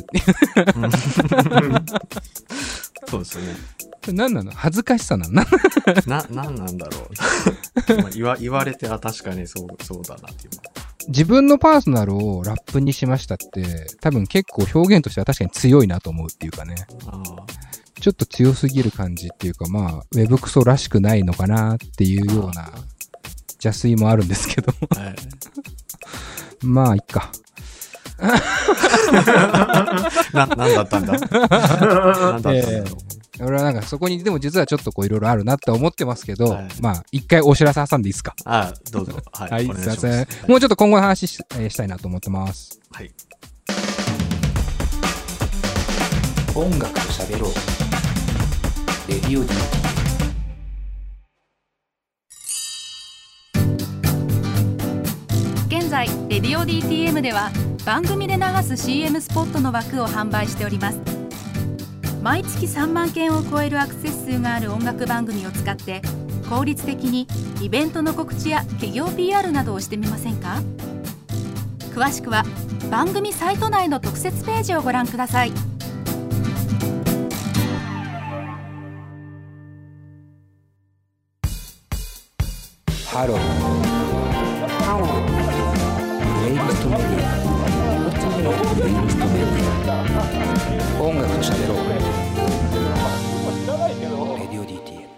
Speaker 2: そうですね。
Speaker 1: 何なの？恥ずかしさなの？な、
Speaker 2: なんなんだろう。言わ、言われては確かにそう、そうだなっていう。
Speaker 1: 自分のパーソナルをラップにしましたって、多分結構表現としては確かに強いなと思うっていうかね。あ、ちょっと強すぎる感じっていうか、まあ、ウェブクソらしくないのかなっていうような邪推もあるんですけど。はい、まあ、いっか。
Speaker 2: な、なんだったんだなんだったんだろう、えー、
Speaker 1: 俺はなんかそこにでも実はちょっとこういろいろあるなって思ってますけど、はい、まあ一回お知らせ挟んでいいですか？
Speaker 2: ああ、どうぞ。はい。はい、お願いします。
Speaker 1: はい、もうちょっと今後の話 し,、えー、したいなと思ってます。
Speaker 2: はい。
Speaker 4: 音楽と喋ろう。
Speaker 1: レディオ D。
Speaker 4: 現在レディオ ディーティーエム では番組で流す シーエム スポットの枠を販売しております。毎月さんまんけんを超えるアクセス数がある音楽番組を使って効率的にイベントの告知や企業 ピーアール などをしてみませんか？詳しくは番組サイト内の特設ページをご覧ください。
Speaker 1: ハロー。ハロー。プレイリストメディア。プレイリストメディア。音楽と喋ろう。レディオ ディーティーエ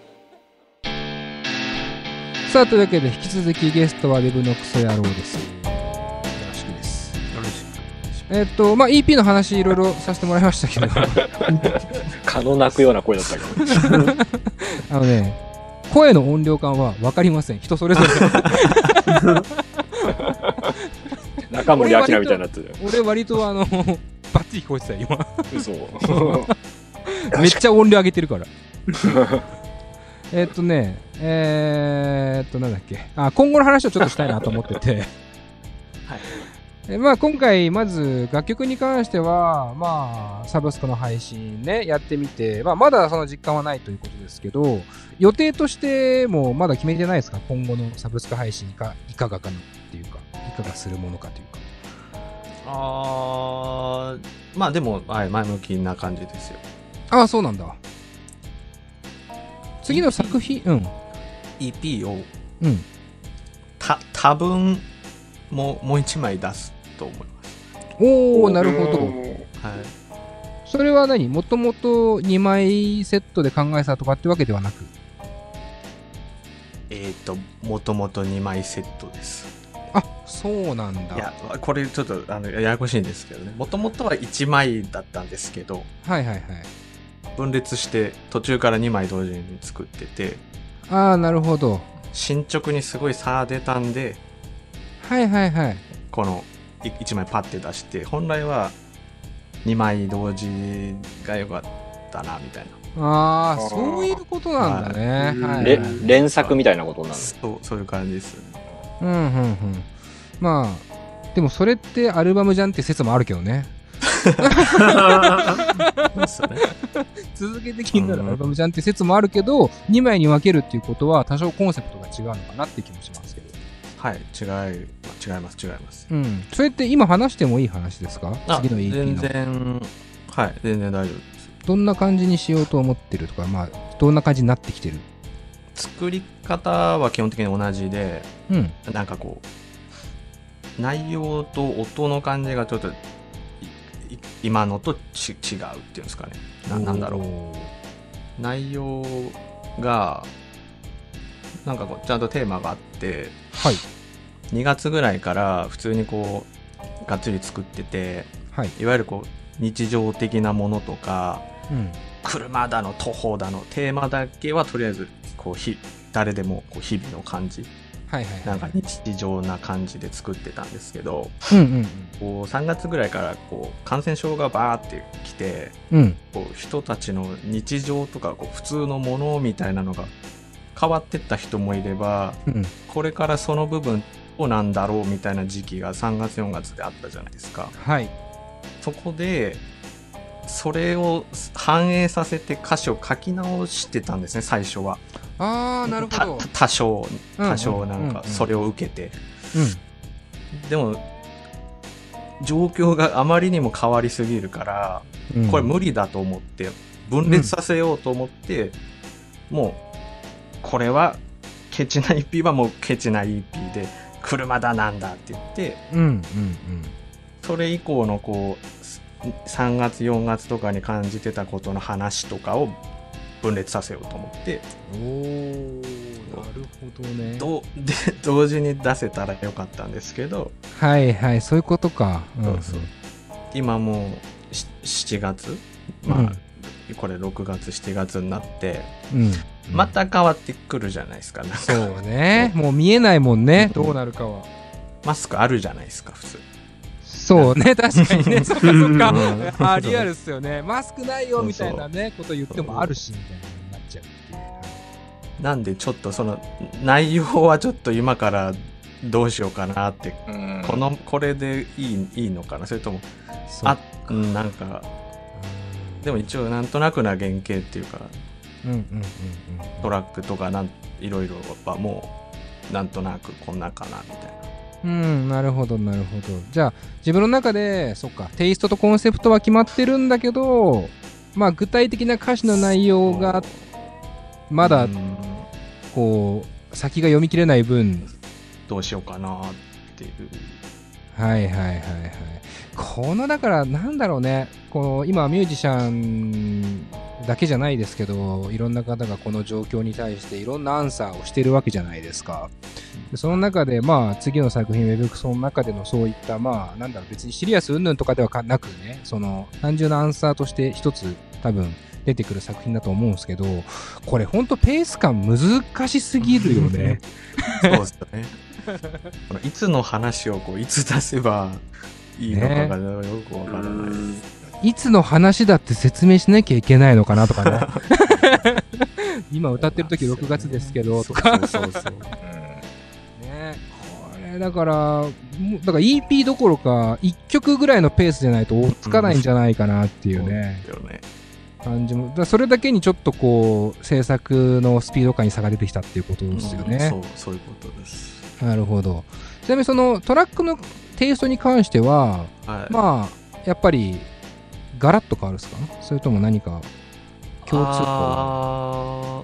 Speaker 1: ム。さあ、というわけで引き続きゲストはウェブのクソ野郎です。よろしくです。よろしく。えっと、まあ イーピー の話いろいろさせてもらいましたけど。
Speaker 3: 蚊の鳴くような声だったけど。
Speaker 1: あのね。声の音量感は分かりません。人それぞれ。
Speaker 3: 中森明菜みたいになってる。
Speaker 1: 俺割とあのバッチリ聞こえてたよ今。
Speaker 3: 嘘。
Speaker 1: めっちゃ音量上げてるから。えっとね、えー、っとなんだっけ。あ、今後の話をちょっとしたいなと思ってて。はい。えまあ今回まず楽曲に関してはまあサブスクの配信ねやってみて、まあまだその実感はないということですけど、予定としてもまだ決めてないですか？今後のサブスク配信がいかがかなっていうか、いかがするものかというか。
Speaker 2: あー、まあでも、はい、前向きな感じですよ。
Speaker 1: ああ、そうなんだ。次の作品、うん。
Speaker 2: イーピー を、
Speaker 1: うん。
Speaker 2: た、多分もう、もう一枚出すと思います。
Speaker 1: おお、なるほど。はい。それは何？もともとにまいセットで考えたとかってわけではなく？
Speaker 2: えっと、もともとにまいセットです。
Speaker 1: あ、そうなんだ。
Speaker 2: いや、これちょっとあのややこしいんですけどね。もともとはいちまいだったんですけど、
Speaker 1: はいはいはい。
Speaker 2: 分裂して途中からにまい同時に作ってて、
Speaker 1: ああ、なるほど。
Speaker 2: 進捗にすごい差が出たんで、
Speaker 1: はいはいはい。
Speaker 2: このいちまいパッて出して、本来はにまい同時が良かったなみたいな。
Speaker 1: ああ、そういうことなんだね。はいはい
Speaker 3: れ連作みたいなことなんだ。
Speaker 2: そう、そういう感じですよね。
Speaker 1: うんうんうん。まあでもそれってアルバムじゃんって説もあるけどね。続けて聞いたらアルバムじゃんって説もあるけど、にまいに分けるっていうことは多少コンセプトが違うのかなって気もしますけど。
Speaker 2: はい、違い、違います違います。
Speaker 1: うん。それって今話してもいい話ですか？次の イーピー の。
Speaker 2: 全然、はい、全然大丈夫です。
Speaker 1: どんな感じにしようと思ってるとか、まあどんな感じになってきてる？
Speaker 2: 作り方は基本的に同じで、
Speaker 1: うん、なん
Speaker 2: かこう内容と音の感じがちょっと今のとち違うっていうんですかね。な、なんだろう。内容がなんかこうちゃんとテーマがあって、
Speaker 1: はい、
Speaker 2: にがつぐらいから普通にこうがっつり作ってて、はい、いわゆるこう日常的なものとか、うん、車だの徒歩だのテーマだけはとりあえずこうひ誰でもこう日々の感じ、はいはいはい、なんか日常な感じで作ってたんですけど、うんうん、こうさんがつぐらいからこう感染症がバーってきて、うん、こう人たちの日常とかこう普通のものみたいなのが変わってった人もいれば、うん、これからその部分どうなんだろうみたいな時期がさんがつよんがつであったじゃないですか。はい、そこでそれを反映させて歌詞を書き直してたんですね、最初は。
Speaker 1: あー、なるほど。
Speaker 2: 多少多少なんかそれを受けて、うんうんうん、でも状況があまりにも変わりすぎるから、うん、これ無理だと思って分裂させようと思って、うん、もうこれはケチな イーピー はもうケチな イーピー で車だなんだって言って、うんうんうん、それ以降のこうさんがつよんがつとかに感じてたことの話とかを分裂させようと思って、
Speaker 1: おー、なるほどね。
Speaker 2: どで同時に出せたらよかったんですけど、
Speaker 1: はいはい、そういうことか、うん、そうそう。
Speaker 2: 今もうしちがつ、まあ、うん、これろくがつしちがつになって、うん、また変わってくるじゃないですか。なんか
Speaker 1: そうね、もう見えないもんね、どうなるかは。
Speaker 2: マスクあるじゃないですか普通。
Speaker 1: そうね、確かにね。そっかそっか。あ、リアルっすよね。マスクないよみたいなね、こと言ってもあるしみたいな。 ちゃうっていう、はい、
Speaker 2: なんでちょっとその内容はちょっと今からどうしようかなって、うん、このこれでいい、いいのかな、それともあなんか、うん、でも一応なんとなくな原型っていうか、うんうんうんうん、トラックとかなんいろいろはもうなんとなくこんなかなみたいな。
Speaker 1: うん、なるほどなるほど。じゃあ自分の中でそっかテイストとコンセプトは決まってるんだけど、まあ具体的な歌詞の内容がまだこう先が読み切れない分
Speaker 2: どうしようかなっていう。
Speaker 1: はいはいはいはい。このだからなんだろうね、この今ミュージシャンだけじゃないですけど、いろんな方がこの状況に対していろんなアンサーをしてるわけじゃないですか。でその中でまあ次の作品ウェブクソの中でのそういったまあなんだろう、別にシリアス云々とかではなくね、その単純なアンサーとして一つ多分出てくる作品だと思うんですけど、これほんとペース感難しすぎるよね。
Speaker 2: そうですよね。いつの話をこういつ出せばいいのかがよくわからない、ね、
Speaker 1: いつの話だって説明しなきゃいけないのかなとかね。今歌ってる時ろくがつですけどとか。そうそうそうそう、ね、これだからだから イーピー どころかいっきょくぐらいのペースじゃないと追っつかないんじゃないかなっていうね、うん、そうですよね、感じも。だそれだけにちょっとこう制作のスピード感に差が出てきたっていうことですよね、
Speaker 2: うん、そうそういうことです。
Speaker 1: なるほど。ちなみにそのトラックのテイストに関しては、はい、まあやっぱりガラッと変わるんですか？それとも何か共通項？あ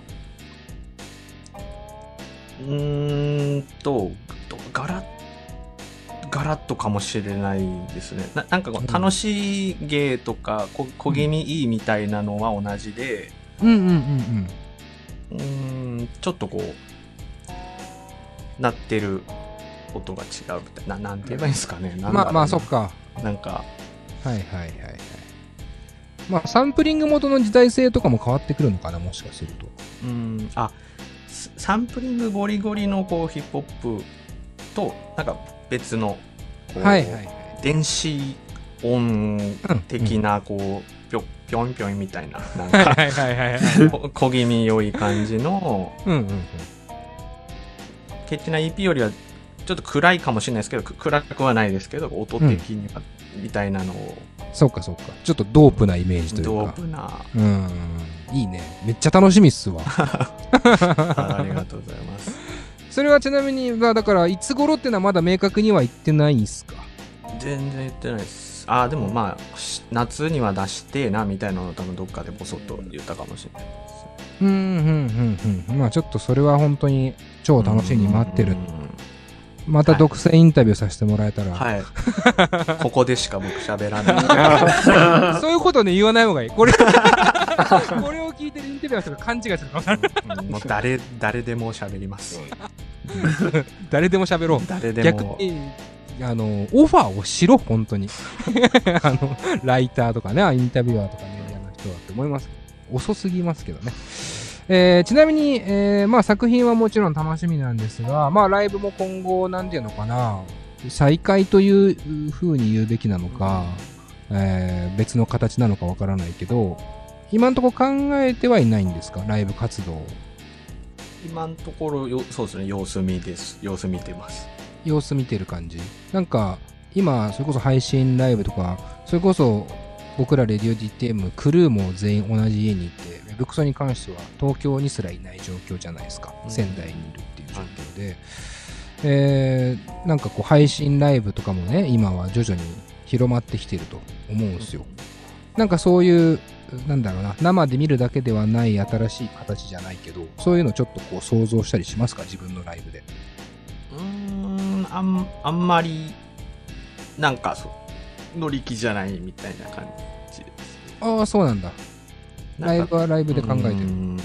Speaker 2: うーんとガラッガラッとかもしれないですね。 な, なんかこう楽しげとか、うん、小気味いいみたいなのは同じで、うんうんうんうん、うーんちょっとこう鳴ってる音が違うみたいな、なんて言えばいいんですかね。なん
Speaker 1: まあまあそっか。
Speaker 2: なんか
Speaker 1: はいはいはいはい。まあサンプリング元の時代性とかも変わってくるのかな、もしかすると。
Speaker 2: うん、あサンプリングゴリゴリのこうヒップホップとなんか別のこう、はいはいはい、電子音的なこう、うんうん、ぴょぴょんぴょんみたいななんか小気味良い感じの。うんうんうん、ケチな イーピー よりはちょっと暗いかもしれないですけど、暗くはないですけど音的には、うん、みたいなのを。
Speaker 1: そうかそうか、ちょっとドープなイメージというか。
Speaker 2: ドープな、
Speaker 1: うん、いいね、めっちゃ楽しみっすわ。
Speaker 2: ありがとうございます。
Speaker 1: それはちなみに、まあ、だからいつ頃っていうのはまだ明確には言ってないんですか？
Speaker 2: 全然言ってないです。あでもまあ夏には出してなみたいなのを多分どっかでボソッと言ったかもしれないです。
Speaker 1: うんうんうんうん、まあちょっとそれは本当に超楽しみに待ってる。また独占インタビューさせてもらえたら、はい
Speaker 2: はい、ここでしか僕喋らない。
Speaker 1: そういうことね言わない方がいい。これこれを聞いてるインタビューの人が勘違いするかもしれない。
Speaker 2: もう誰誰でも喋ります。
Speaker 1: 誰でも喋ろう。
Speaker 2: 誰でも。
Speaker 1: 逆にあのオファーをしろ本当に。あのライターとかねインタビュアーとかメディアの人はって思います。遅すぎますけどね。えー、ちなみに、えーまあ、作品はもちろん楽しみなんですが、まあ、ライブも今後なんていうのかな、再開という風に言うべきなのか、えー、別の形なのかわからないけど、今のところ考えてはいないんですか、ライブ活動。
Speaker 2: 今のところよそうですね、様子見です様子見てます
Speaker 1: 様子見てる感じ。なんか今それこそ配信ライブとか、それこそ僕らレディオ ディーティーエム クルーも全員同じ家にいて、ウェブクソに関しては東京にすらいない状況じゃないですか、うん、仙台にいるっていう状況で、はい、えー、なんかこう配信ライブとかもね今は徐々に広まってきてると思うんですよ、うん、なんかそういうなんだろうな、生で見るだけではない新しい形じゃないけど、そういうのちょっとこう想像したりしますか、自分のライブで。
Speaker 2: うーん あ, んあんまりなんかそう乗り気じゃないみたいな感じです。
Speaker 1: ああそうなんだ。ライブはライブで考えてる。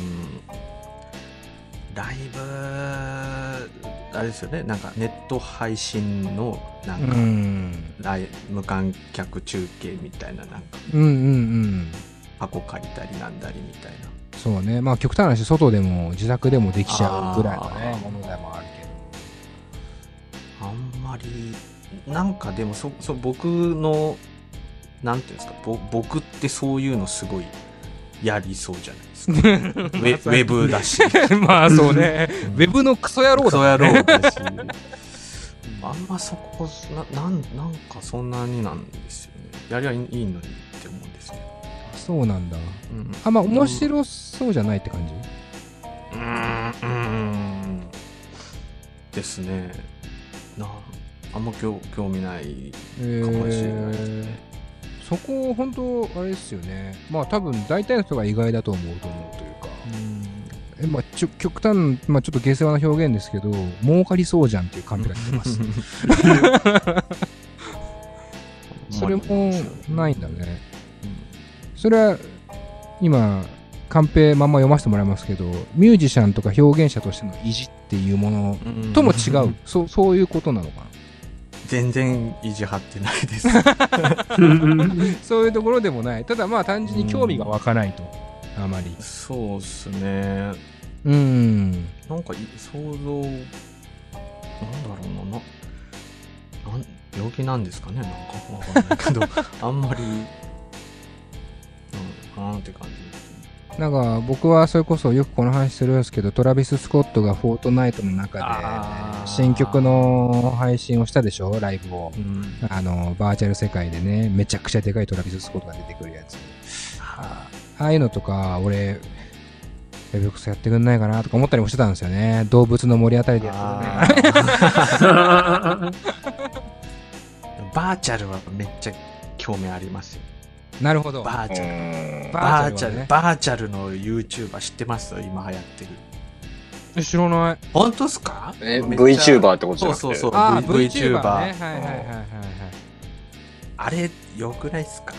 Speaker 2: ライブあれですよね、なんかネット配信のなんかうんライ無観客中継みたいな、なんかうんうんうん箱借りたりなんだりみたいな。
Speaker 1: そうね、まあ極端な話外でも自宅でもできちゃうぐらいのねものでもあるけ
Speaker 2: ど、あんまりなんかでもそそ僕のなんていうんですか、ぼ僕ってそういうのすごいやりそうじゃないですか。ウェ, ウェブだし。
Speaker 1: まあそうね、うん、ウェブのクソ野郎だ、ね、
Speaker 2: クソ野郎だし。あんまそこな、なん、なんかそんなになんですよね。やりゃいいのにって思うんですよ。
Speaker 1: そうなんだ。うん、あんま面白そうじゃないって感じ？
Speaker 2: うーん、うーんですね。なあんま興味ないかもしれないですね。えー
Speaker 1: そこ本当あれですよね。まあ多分大体の人が意外だと思うと思うというか、うんえまあ、ちょ極端、まあ、ちょっと下世話な表現ですけど、儲かりそうじゃんっていう感じがしてます。それもないんだね。それは今カンペまんま読ませてもらいますけど、ミュージシャンとか表現者としての意地っていうものとも違う、そう、そういうことなのかな。
Speaker 2: 全然意地張ってないです
Speaker 1: そういうところでもない。ただまあ単純に興味が湧かないと、うん、あまり
Speaker 2: そうっすね。
Speaker 1: うん
Speaker 2: なんか想像なんだろうなななん病気なんですかね。なんかわかんないけどあんまりなんなんて感じ。
Speaker 1: なんか僕はそれこそよくこの話するんですけど、トラビス・スコットがフォートナイトの中で新曲の配信をしたでしょ、ライブを、うん、あのバーチャル世界でね、めちゃくちゃでかいトラビス・スコットが出てくるやつ、ああいうのとか俺ウェブクソやってくんないかなとか思ったりもしてたんですよね。動物の森あたりでやってくんないかな
Speaker 2: バーチャルはめっちゃ興味ありますよ。
Speaker 1: なるほど。
Speaker 2: バーチャルバーチャル、ね、バーチャルの YouTuber 知ってます？今流行ってる。
Speaker 1: え、知らない。
Speaker 2: 本当っすか？
Speaker 3: え、VTuber ってことじゃなくて。
Speaker 2: そうそうそう。
Speaker 1: あ、
Speaker 2: v、VTuber。
Speaker 1: ね、はいはいはいはいはい。
Speaker 2: あれ良くないっすか？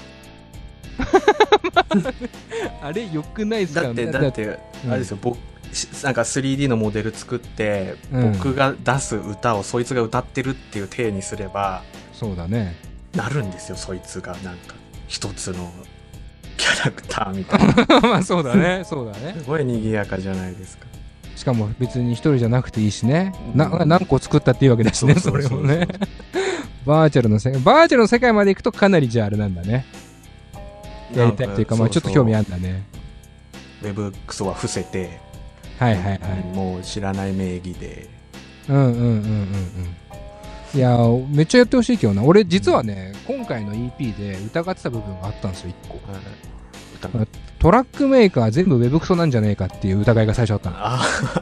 Speaker 1: あれ良くないっすか？
Speaker 2: だってだって、うん、あれですよ。僕なんか スリーディー のモデル作って、うん、僕が出す歌をそいつが歌ってるっていう体にすれば、
Speaker 1: そうだね。
Speaker 2: なるんですよ。そいつがなんか。一つのキャラクターみたいな
Speaker 1: まあそうだねそうだね。
Speaker 2: すごい賑やかじゃないですか。
Speaker 1: しかも別に一人じゃなくていいしね、うん、な何個作ったっていうわけだしね。それもねバーチャルの世界バーチャルの世界まで行くとかなりじゃああれなんだね。やりたいっていうか、まあちょっと興味あるんだね。
Speaker 2: ウェブクソは伏せて、
Speaker 1: はいはいはい、
Speaker 2: もう知らない名義で、
Speaker 1: うんうんうんうんうんいやめっちゃやってほしいけどな。俺実はね、うん、今回の イーピー で疑ってた部分があったんですよ、いっこ、はい、トラックメーカー全部ウェブクソなんじゃねえかっていう疑いが最初あったの。
Speaker 2: あ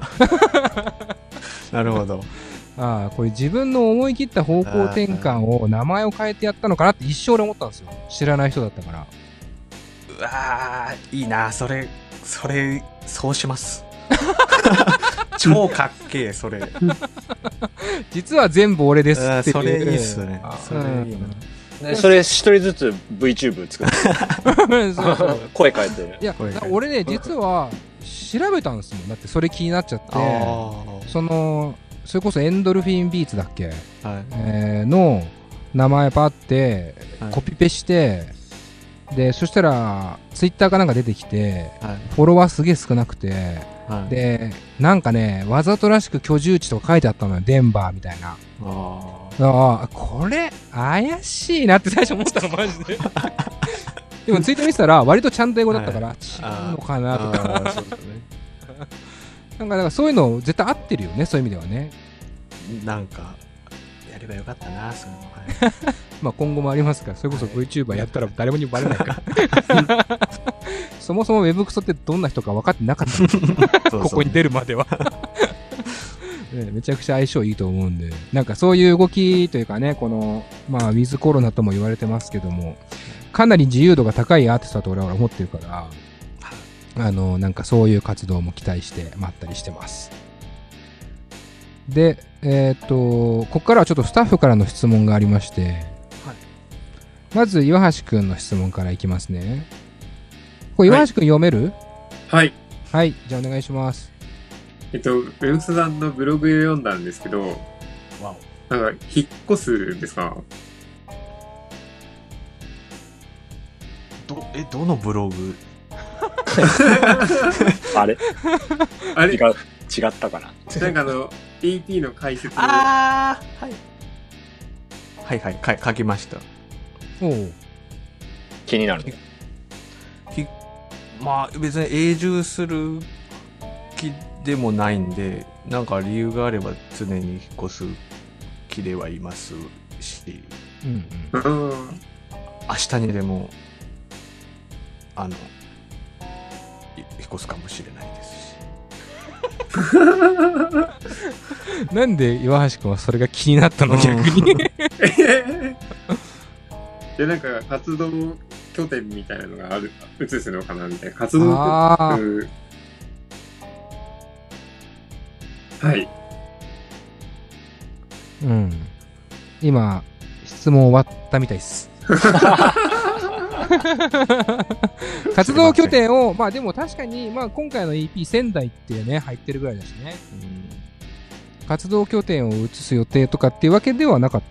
Speaker 2: なるほど。
Speaker 1: ああ、これ自分の思い切った方向転換を名前を変えてやったのかなって一生俺思ったんですよ、知らない人だったから。
Speaker 2: うわーいいな、それそれそうします超かっけえそれ
Speaker 1: 実は全部俺ですっていう。
Speaker 2: それいいっすね。それいい
Speaker 3: な。それ一人ずつ VTuber 作るそうそう声変えて。
Speaker 1: いや俺ね実は調べたんですもん。だってそれ気になっちゃって、そのそれこそエンドルフィンビーツだっけ、はいえー、の名前パってコピペして、はい、でそしたらツイッターかなんか出てきて、はい、フォロワーすげえ少なくて、はい、でなんかねわざとらしく居住地とか書いてあったのよ、デンバーみたいな。ああこれ怪しいなって最初思ったのマジででもツイート見てたら割とちゃんと英語だったから、はい、違うのかなとかそうですねなんかだからそういうの絶対合ってるよね、そういう意味ではね。
Speaker 2: なんかやればよかったなそういうの、
Speaker 1: はい、まあ今後もありますから、それこそ VTuber やったら誰もにバレないからそもそも Web クソってどんな人か分かってなかったここに出るまではね、めちゃくちゃ相性いいと思うんで、なんかそういう動きというかね、このまあウィズコロナとも言われてますけども、かなり自由度が高いアーティストだと俺は思ってるから、あのなんかそういう活動も期待して待ったりしてます。で、えっとここからはちょっとスタッフからの質問がありまして、はい、まず岩橋くんの質問からいきますね。これ岩橋くん読める？
Speaker 5: はい
Speaker 1: はいじゃあお願いします。
Speaker 5: えっとウェブスさんのブログを読んだんですけど、なんか引っ越すんですか？
Speaker 2: どえどのブログ
Speaker 3: あれ
Speaker 5: あれ
Speaker 3: 違う違ったかな。
Speaker 5: なんかあの イーピー の解説を
Speaker 2: あー、はい、はいはいか書きました。
Speaker 1: おお
Speaker 3: 気になる。
Speaker 2: ひまあ別に永住する気でもないんで、なんか理由があれば常に引っ越す気ではいますし、うんうん、明日にでもあの引っ越すかもしれないですし。
Speaker 1: なんで岩橋君はそれが気になったの、逆に。い
Speaker 5: や、なんか活動拠点みたいなのがある、移すのかなみたいな。活動拠点。はい。
Speaker 1: うん。今、質問終わったみたいです。活動拠点を、まあでも確かに、まあ今回の イーピー 仙台ってね、入ってるぐらいだしね。うん、活動拠点を移す予定とかっていうわけではなかった。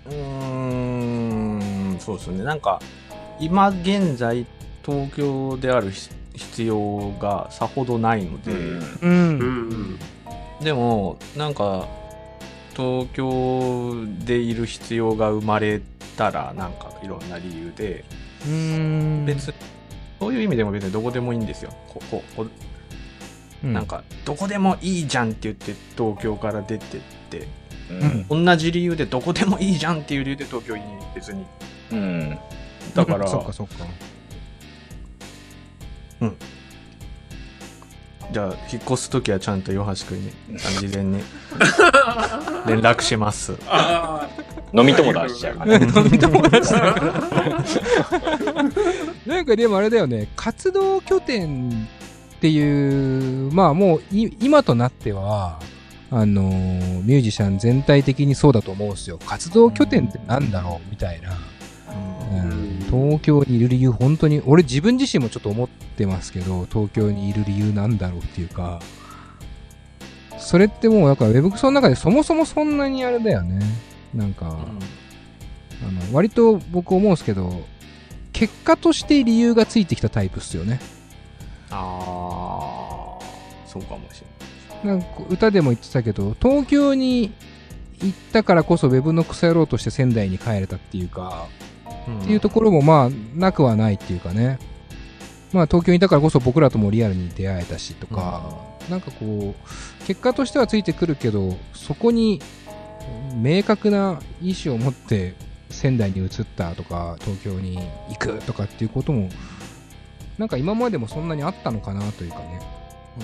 Speaker 2: うーん、そうですね。なんか、今現在、東京である必要がさほどないので、うんうん、でもなんか東京でいる必要が生まれたらなんかいろんな理由で、うーん、別そういう意味でも別にどこでもいいんですよ。こここ、うん、なんかどこでもいいじゃんって言って東京から出てって、うん、同じ理由でどこでもいいじゃんっていう理由で東京に別に、うん、だから
Speaker 1: そっかそっか。
Speaker 2: うん。じゃあ引っ越すときはちゃんと岩橋くんに事前に連絡します。
Speaker 3: 飲み友達しちゃうから、ね。飲み友達だから。
Speaker 1: なんかでもあれだよね、活動拠点っていう、まあもう今となってはあのー、ミュージシャン全体的にそうだと思うんですよ。活動拠点ってなんだろうみたいな。うん、東京にいる理由、本当に俺自分自身もちょっと思ってますけど、東京にいる理由なんだろうっていうか、それってもうだからウェブクソの中でそもそもそんなにあれだよね。なんか、うん、あの割と僕思うんですけど、結果として理由がついてきたタイプっすよね。
Speaker 2: ああ、そうかもしれない。
Speaker 1: なんか歌でも言ってたけど、東京に行ったからこそウェブのクソ野郎として仙台に帰れたっていうか、っていうところもまあなくはないっていうかね。まあ東京にいたからこそ僕らともリアルに出会えたしとか、うん、なんかこう結果としてはついてくるけど、そこに明確な意思を持って仙台に移ったとか東京に行くとかっていうこともなんか今までもそんなにあったのかなというかね、うん、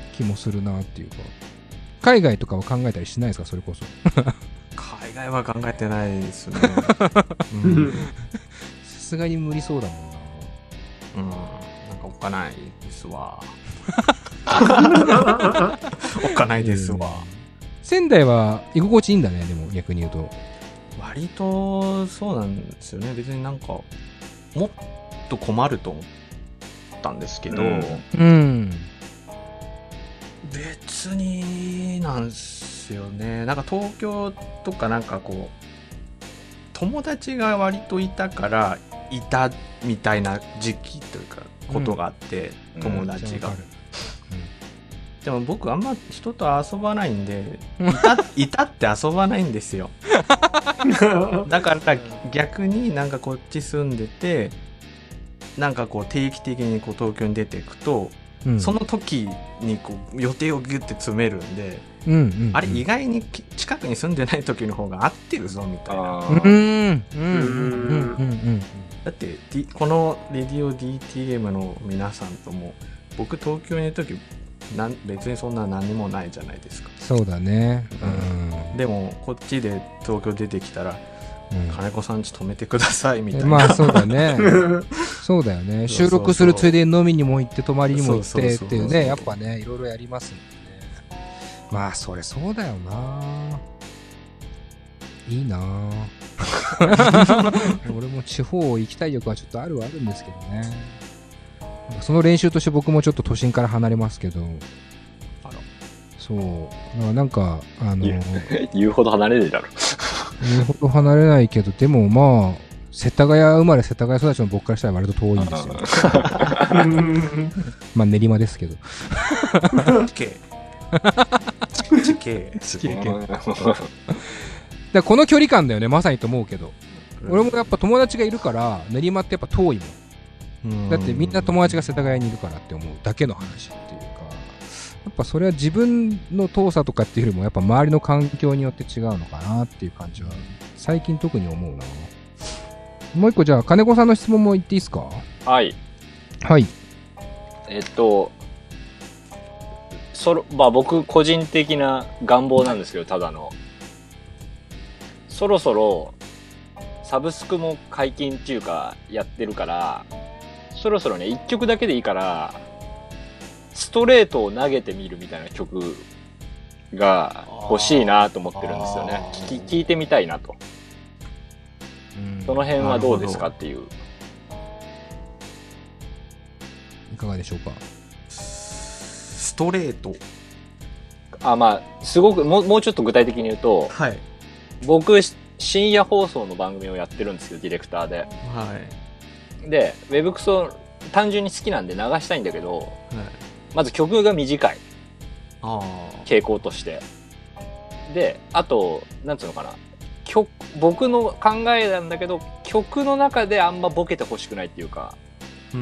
Speaker 1: 気もするなっていうか。海外とかは考えたりしないですか、それこそ。
Speaker 2: 海外は考えてないですね。さ
Speaker 1: すがに無理そうだもんな。
Speaker 2: うん、なんかおっかないですわ。おっかないですわ。
Speaker 1: 仙台は居心地いいんだね、でも逆に言うと。
Speaker 2: 割とそうなんですよね。別になんかもっと困ると思ったんですけど、うん、うん、別になんですよね。なんか東京とかなんかこう友達が割といたからいたみたいな時期というかことがあって、うん、友達が、うん、でも僕あんま人と遊ばないんでいた, いたって遊ばないんですよ。だから逆になんかこっち住んでてなんかこう定期的にこう東京に出ていくと、うん、その時にこう予定をギュッて詰めるんで、うんうんうん、あれ意外に近くに住んでない時の方が合ってるぞみたいな。だって、D、このレディオ ディーティーエム の皆さんとも僕東京にいる時なん別にそんな何もないじゃないですか。
Speaker 1: そうだね、
Speaker 2: うん、でもこっちで東京出てきたら、うん、金子さんち泊めてくださいみたいな。
Speaker 1: まあそうだね。そうだよね。収録するついでに飲みにも行って泊まりにも行ってっていうね、やっぱねいろいろやりますもんね。まあそれそうだよな。いいな。俺も地方行きたい欲はちょっとあるはあるんですけどね。その練習として僕もちょっと都心から離れますけど。あら。そうなんかあの
Speaker 3: 言うほど離れるだろ。
Speaker 1: 言うほど離れないけど、でもまあ世田谷生まれ世田谷育ちの僕からしたら割と遠いんですよ。まあ練馬ですけど。
Speaker 2: 地形。
Speaker 1: 地形。地形。だこの距離感だよね、まさにと思うけど、うん、俺もやっぱ友達がいるから練馬ってやっぱ遠いもん。うだってみんな友達が世田谷にいるからって思うだけの話っていうか、やっぱそれは自分の遠さとかっていうよりもやっぱ周りの環境によって違うのかなっていう感じは最近特に思うな。もう一個じゃあ金子さんの質問も言っていいですか？
Speaker 3: はい
Speaker 1: はい。
Speaker 3: えっとそろまあ僕個人的な願望なんですけど、ただのそろそろサブスクも解禁っていうかやってるから、そろそろねいっきょくだけでいいからストレートを投げてみるみたいな曲が欲しいなと思ってるんですよね。聞き聞いてみたいなと。その辺はどうですかっていう。
Speaker 1: いかがでしょうか。
Speaker 2: ストレート。
Speaker 3: あ、まあすごくもうもうちょっと具体的に言うと、
Speaker 2: はい、
Speaker 3: 僕深夜放送の番組をやってるんですよ、ディレクターで。
Speaker 2: はい。
Speaker 3: でウェブクソ単純に好きなんで流したいんだけど、はい、まず曲が短い。あ傾向として。であとなんつうのかな。曲僕の考えなんだけど、曲の中であんまボケてほしくないっていうか、うん、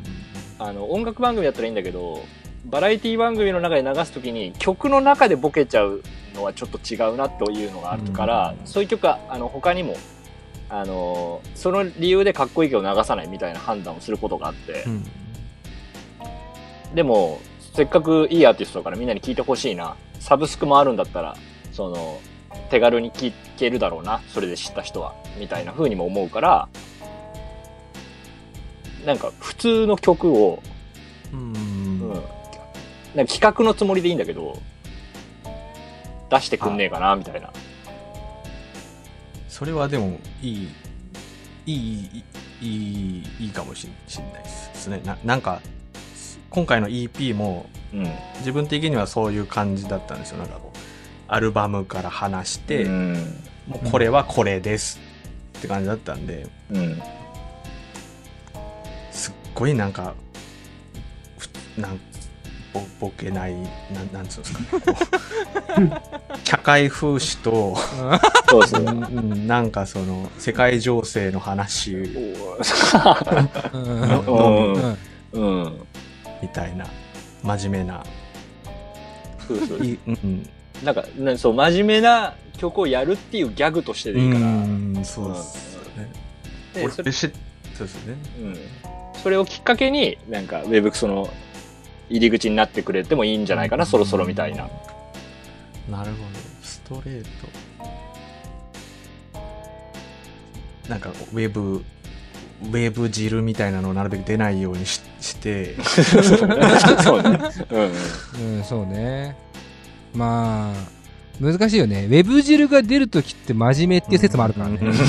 Speaker 3: あの音楽番組だったらいいんだけど、バラエティ番組の中で流すときに曲の中でボケちゃうのはちょっと違うなというのがあるから、うん、そういう曲はあの他にもあのその理由でかっこいい曲を流さないみたいな判断をすることがあって、うん、でもせっかくいいアーティストだからみんなに聴いてほしいな、サブスクもあるんだったらその手軽に聴けるだろうな、それで知った人はみたいな風にも思うから、なんか普通の曲を、うん、うん、なんか企画のつもりでいいんだけど出してくんねえかなみたいな。
Speaker 2: それはでもいいいいいいいいいいかもしれないですね。 な, なんか今回の イーピー も、うん、自分的にはそういう感じだったんですよ。なんかこうアルバムから話して、うん、もうこれはこれですって感じだったんで、うん、すっごいなんかなんぼボケない な, なんつうんですかね社会風刺とそうですね、うん、なんかその世界情勢の話のみたいな真面目な
Speaker 3: そうそうい、うん、なんかそう真面目な曲をやるっていうギャグとしてでいいから、うん
Speaker 2: そうですね。でそれそうですね、うん。
Speaker 3: それをきっかけになんかウェブクソの入り口になってくれてもいいんじゃないかな、うん、そろそろみたいな。
Speaker 2: なるほど、ストレート。なんかウェブウェブ汁みたいなのをなるべく出ないように し, して
Speaker 1: そうね、うん、うん、そうね。まあ難しいよね。ウェブ汁が出るときって真面目っていう説もあるからね。む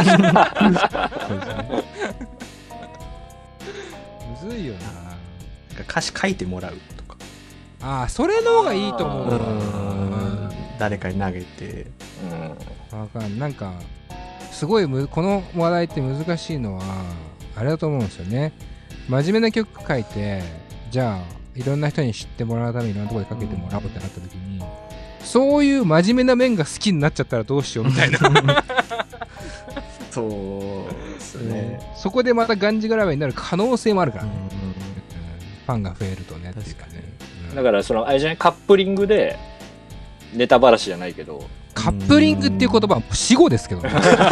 Speaker 1: ずいよな。
Speaker 2: 歌詞書いてもらうとか。
Speaker 1: ああ、それの方がいいと思う。うん
Speaker 2: 誰かに投げて。
Speaker 1: うん。わかんなんかすごいむこの話題って難しいのはあれだと思うんですよね。真面目な曲書いて、じゃあいろんな人に知ってもらうためにいろんなところでかけてもらおうってなった時に、そういう真面目な面が好きになっちゃったらどうしようみたいな
Speaker 2: そうですね、
Speaker 1: うん、そこでまたがんじがらめになる可能性もあるからね、うんうん、ファンが増えるとねっていうかね、
Speaker 3: うん、だからそのあれじゃないカップリングでネタばらしじゃないけど
Speaker 1: カップリングっていう言葉は死語ですけどね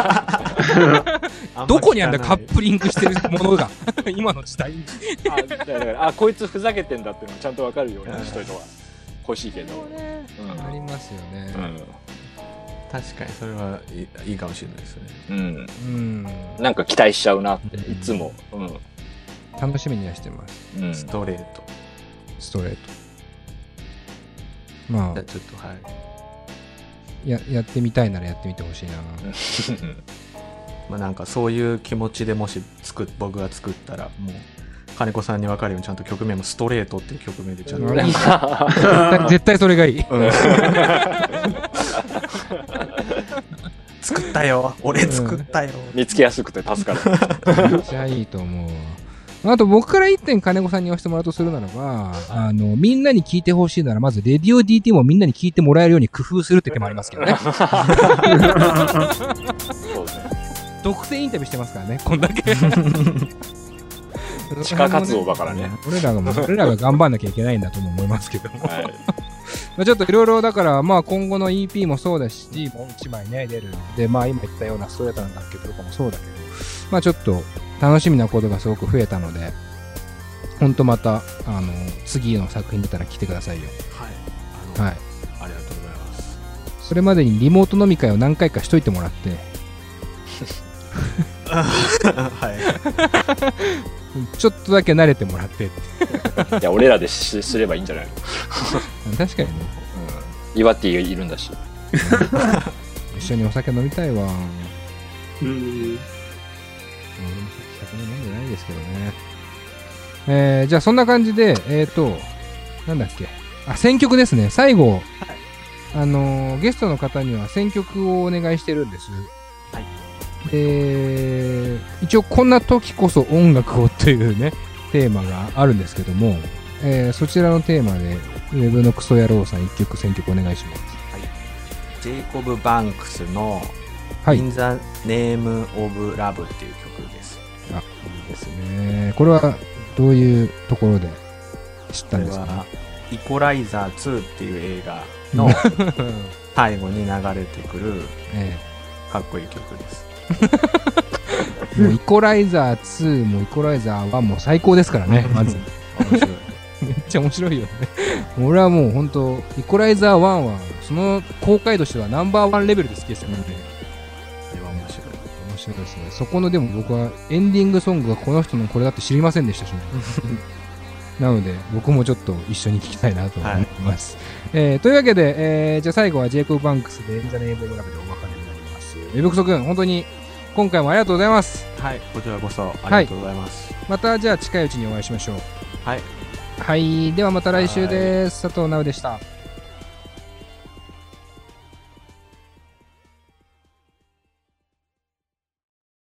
Speaker 1: どこにあんだカップリングしてるものが今の時代に
Speaker 3: あだからあこいつふざけてんだっていうのをちゃんと分かるようにしといた方が欲しいけど、ね
Speaker 1: うん、ありますよね、うん、
Speaker 2: 確かにそれはいい、いいかもしれないですね、
Speaker 3: うんうん、なんか期待しちゃうなっていつも、うん、
Speaker 1: 楽しみにはしてます、
Speaker 2: うん、ストレート
Speaker 1: ストレートまあ
Speaker 2: ちょっとはい
Speaker 1: や, やってみたいならやってみてほしいな
Speaker 2: まあなんかそういう気持ちでもし作僕が作ったらもう金子さんに分かるようにちゃんと曲名もストレートっていう曲名でちゃんと、うん、
Speaker 1: 絶, 対絶対それがいい、うん、
Speaker 2: 作ったよ俺作ったよ、
Speaker 3: うん、見つけやすくて助か
Speaker 1: るめっちゃいいと思う。あと僕から一点金子さんに言わせてもらうとするならば、あのみんなに聞いてほしいならまずレディオ ディーティー もみんなに聞いてもらえるように工夫するって手もありますけどねそうね独占インタビューしてますからねこんだけ
Speaker 3: 地下活動だからね。
Speaker 1: 俺らが、俺らが頑張んなきゃいけないんだとも思いますけども。はい。まあちょっといろいろだから、まあ今後の イーピー もそうだし、もう一枚ね、出る。で、まあ今言ったようなストレートな楽曲とかもそうだけど、まあちょっと楽しみなことがすごく増えたので、ほんとまた、あの、次の作品出たら来てくださいよ。
Speaker 2: はい。
Speaker 1: はい。
Speaker 2: ありがとうございます。
Speaker 1: それまでにリモート飲み会を何回かしといてもらって、
Speaker 2: はい。
Speaker 1: ちょっとだけ慣れてもらって。い
Speaker 3: や、俺らで し, すればいいんじゃない
Speaker 1: の確かにね。
Speaker 3: うん。岩手いるんだし。
Speaker 1: 一緒にお酒飲みたいわ。
Speaker 5: うん。俺も
Speaker 1: 酒飲んでないですけどね。えー、じゃあそんな感じで、えっ、ー、と、なんだっけ。あ、選曲ですね。最後、はい、あのー、ゲストの方には選曲をお願いしてるんです。
Speaker 2: はい。
Speaker 1: で、一応こんな時こそ音楽をというね、テーマがあるんですけども、えー、そちらのテーマで、ウェブのクソ野郎さん一曲選曲お願いします。
Speaker 2: はい。ジェイコブ・バンクスの、
Speaker 1: はい、
Speaker 2: In the Name of Love っていう曲です。
Speaker 1: あ、いいですね。これはどういうところで知ったんですか？これは
Speaker 2: イコライザーツーっていう映画の最後に流れてくる、ええ、かっこいい曲です。
Speaker 1: もうイコライザーツーもイコライザーワンも最高ですからね、まず。
Speaker 2: 面白い。
Speaker 1: めっちゃ面白いよね。俺はもう本当イコライザーワンはその公開としてはナンバーワンレベルで好きですよね。
Speaker 2: あれは面白い。
Speaker 1: 面白いですね。そこのでも僕はエンディングソングがこの人のこれだって知りませんでしたしね。なので僕もちょっと一緒に聴きたいなと思います。はい、えー、というわけで、えー、じゃあ最後はジェイコブ・バンクスでエンザネーム・オブ・ラブでお別れになります。エブクソ君、本当に今回もありがとうございます。
Speaker 2: はい、こちらこそありがとうございます。はい、
Speaker 1: またじゃあ近いうちにお会いしましょう。
Speaker 2: はい。
Speaker 1: はい、ではまた来週です。佐藤直でした。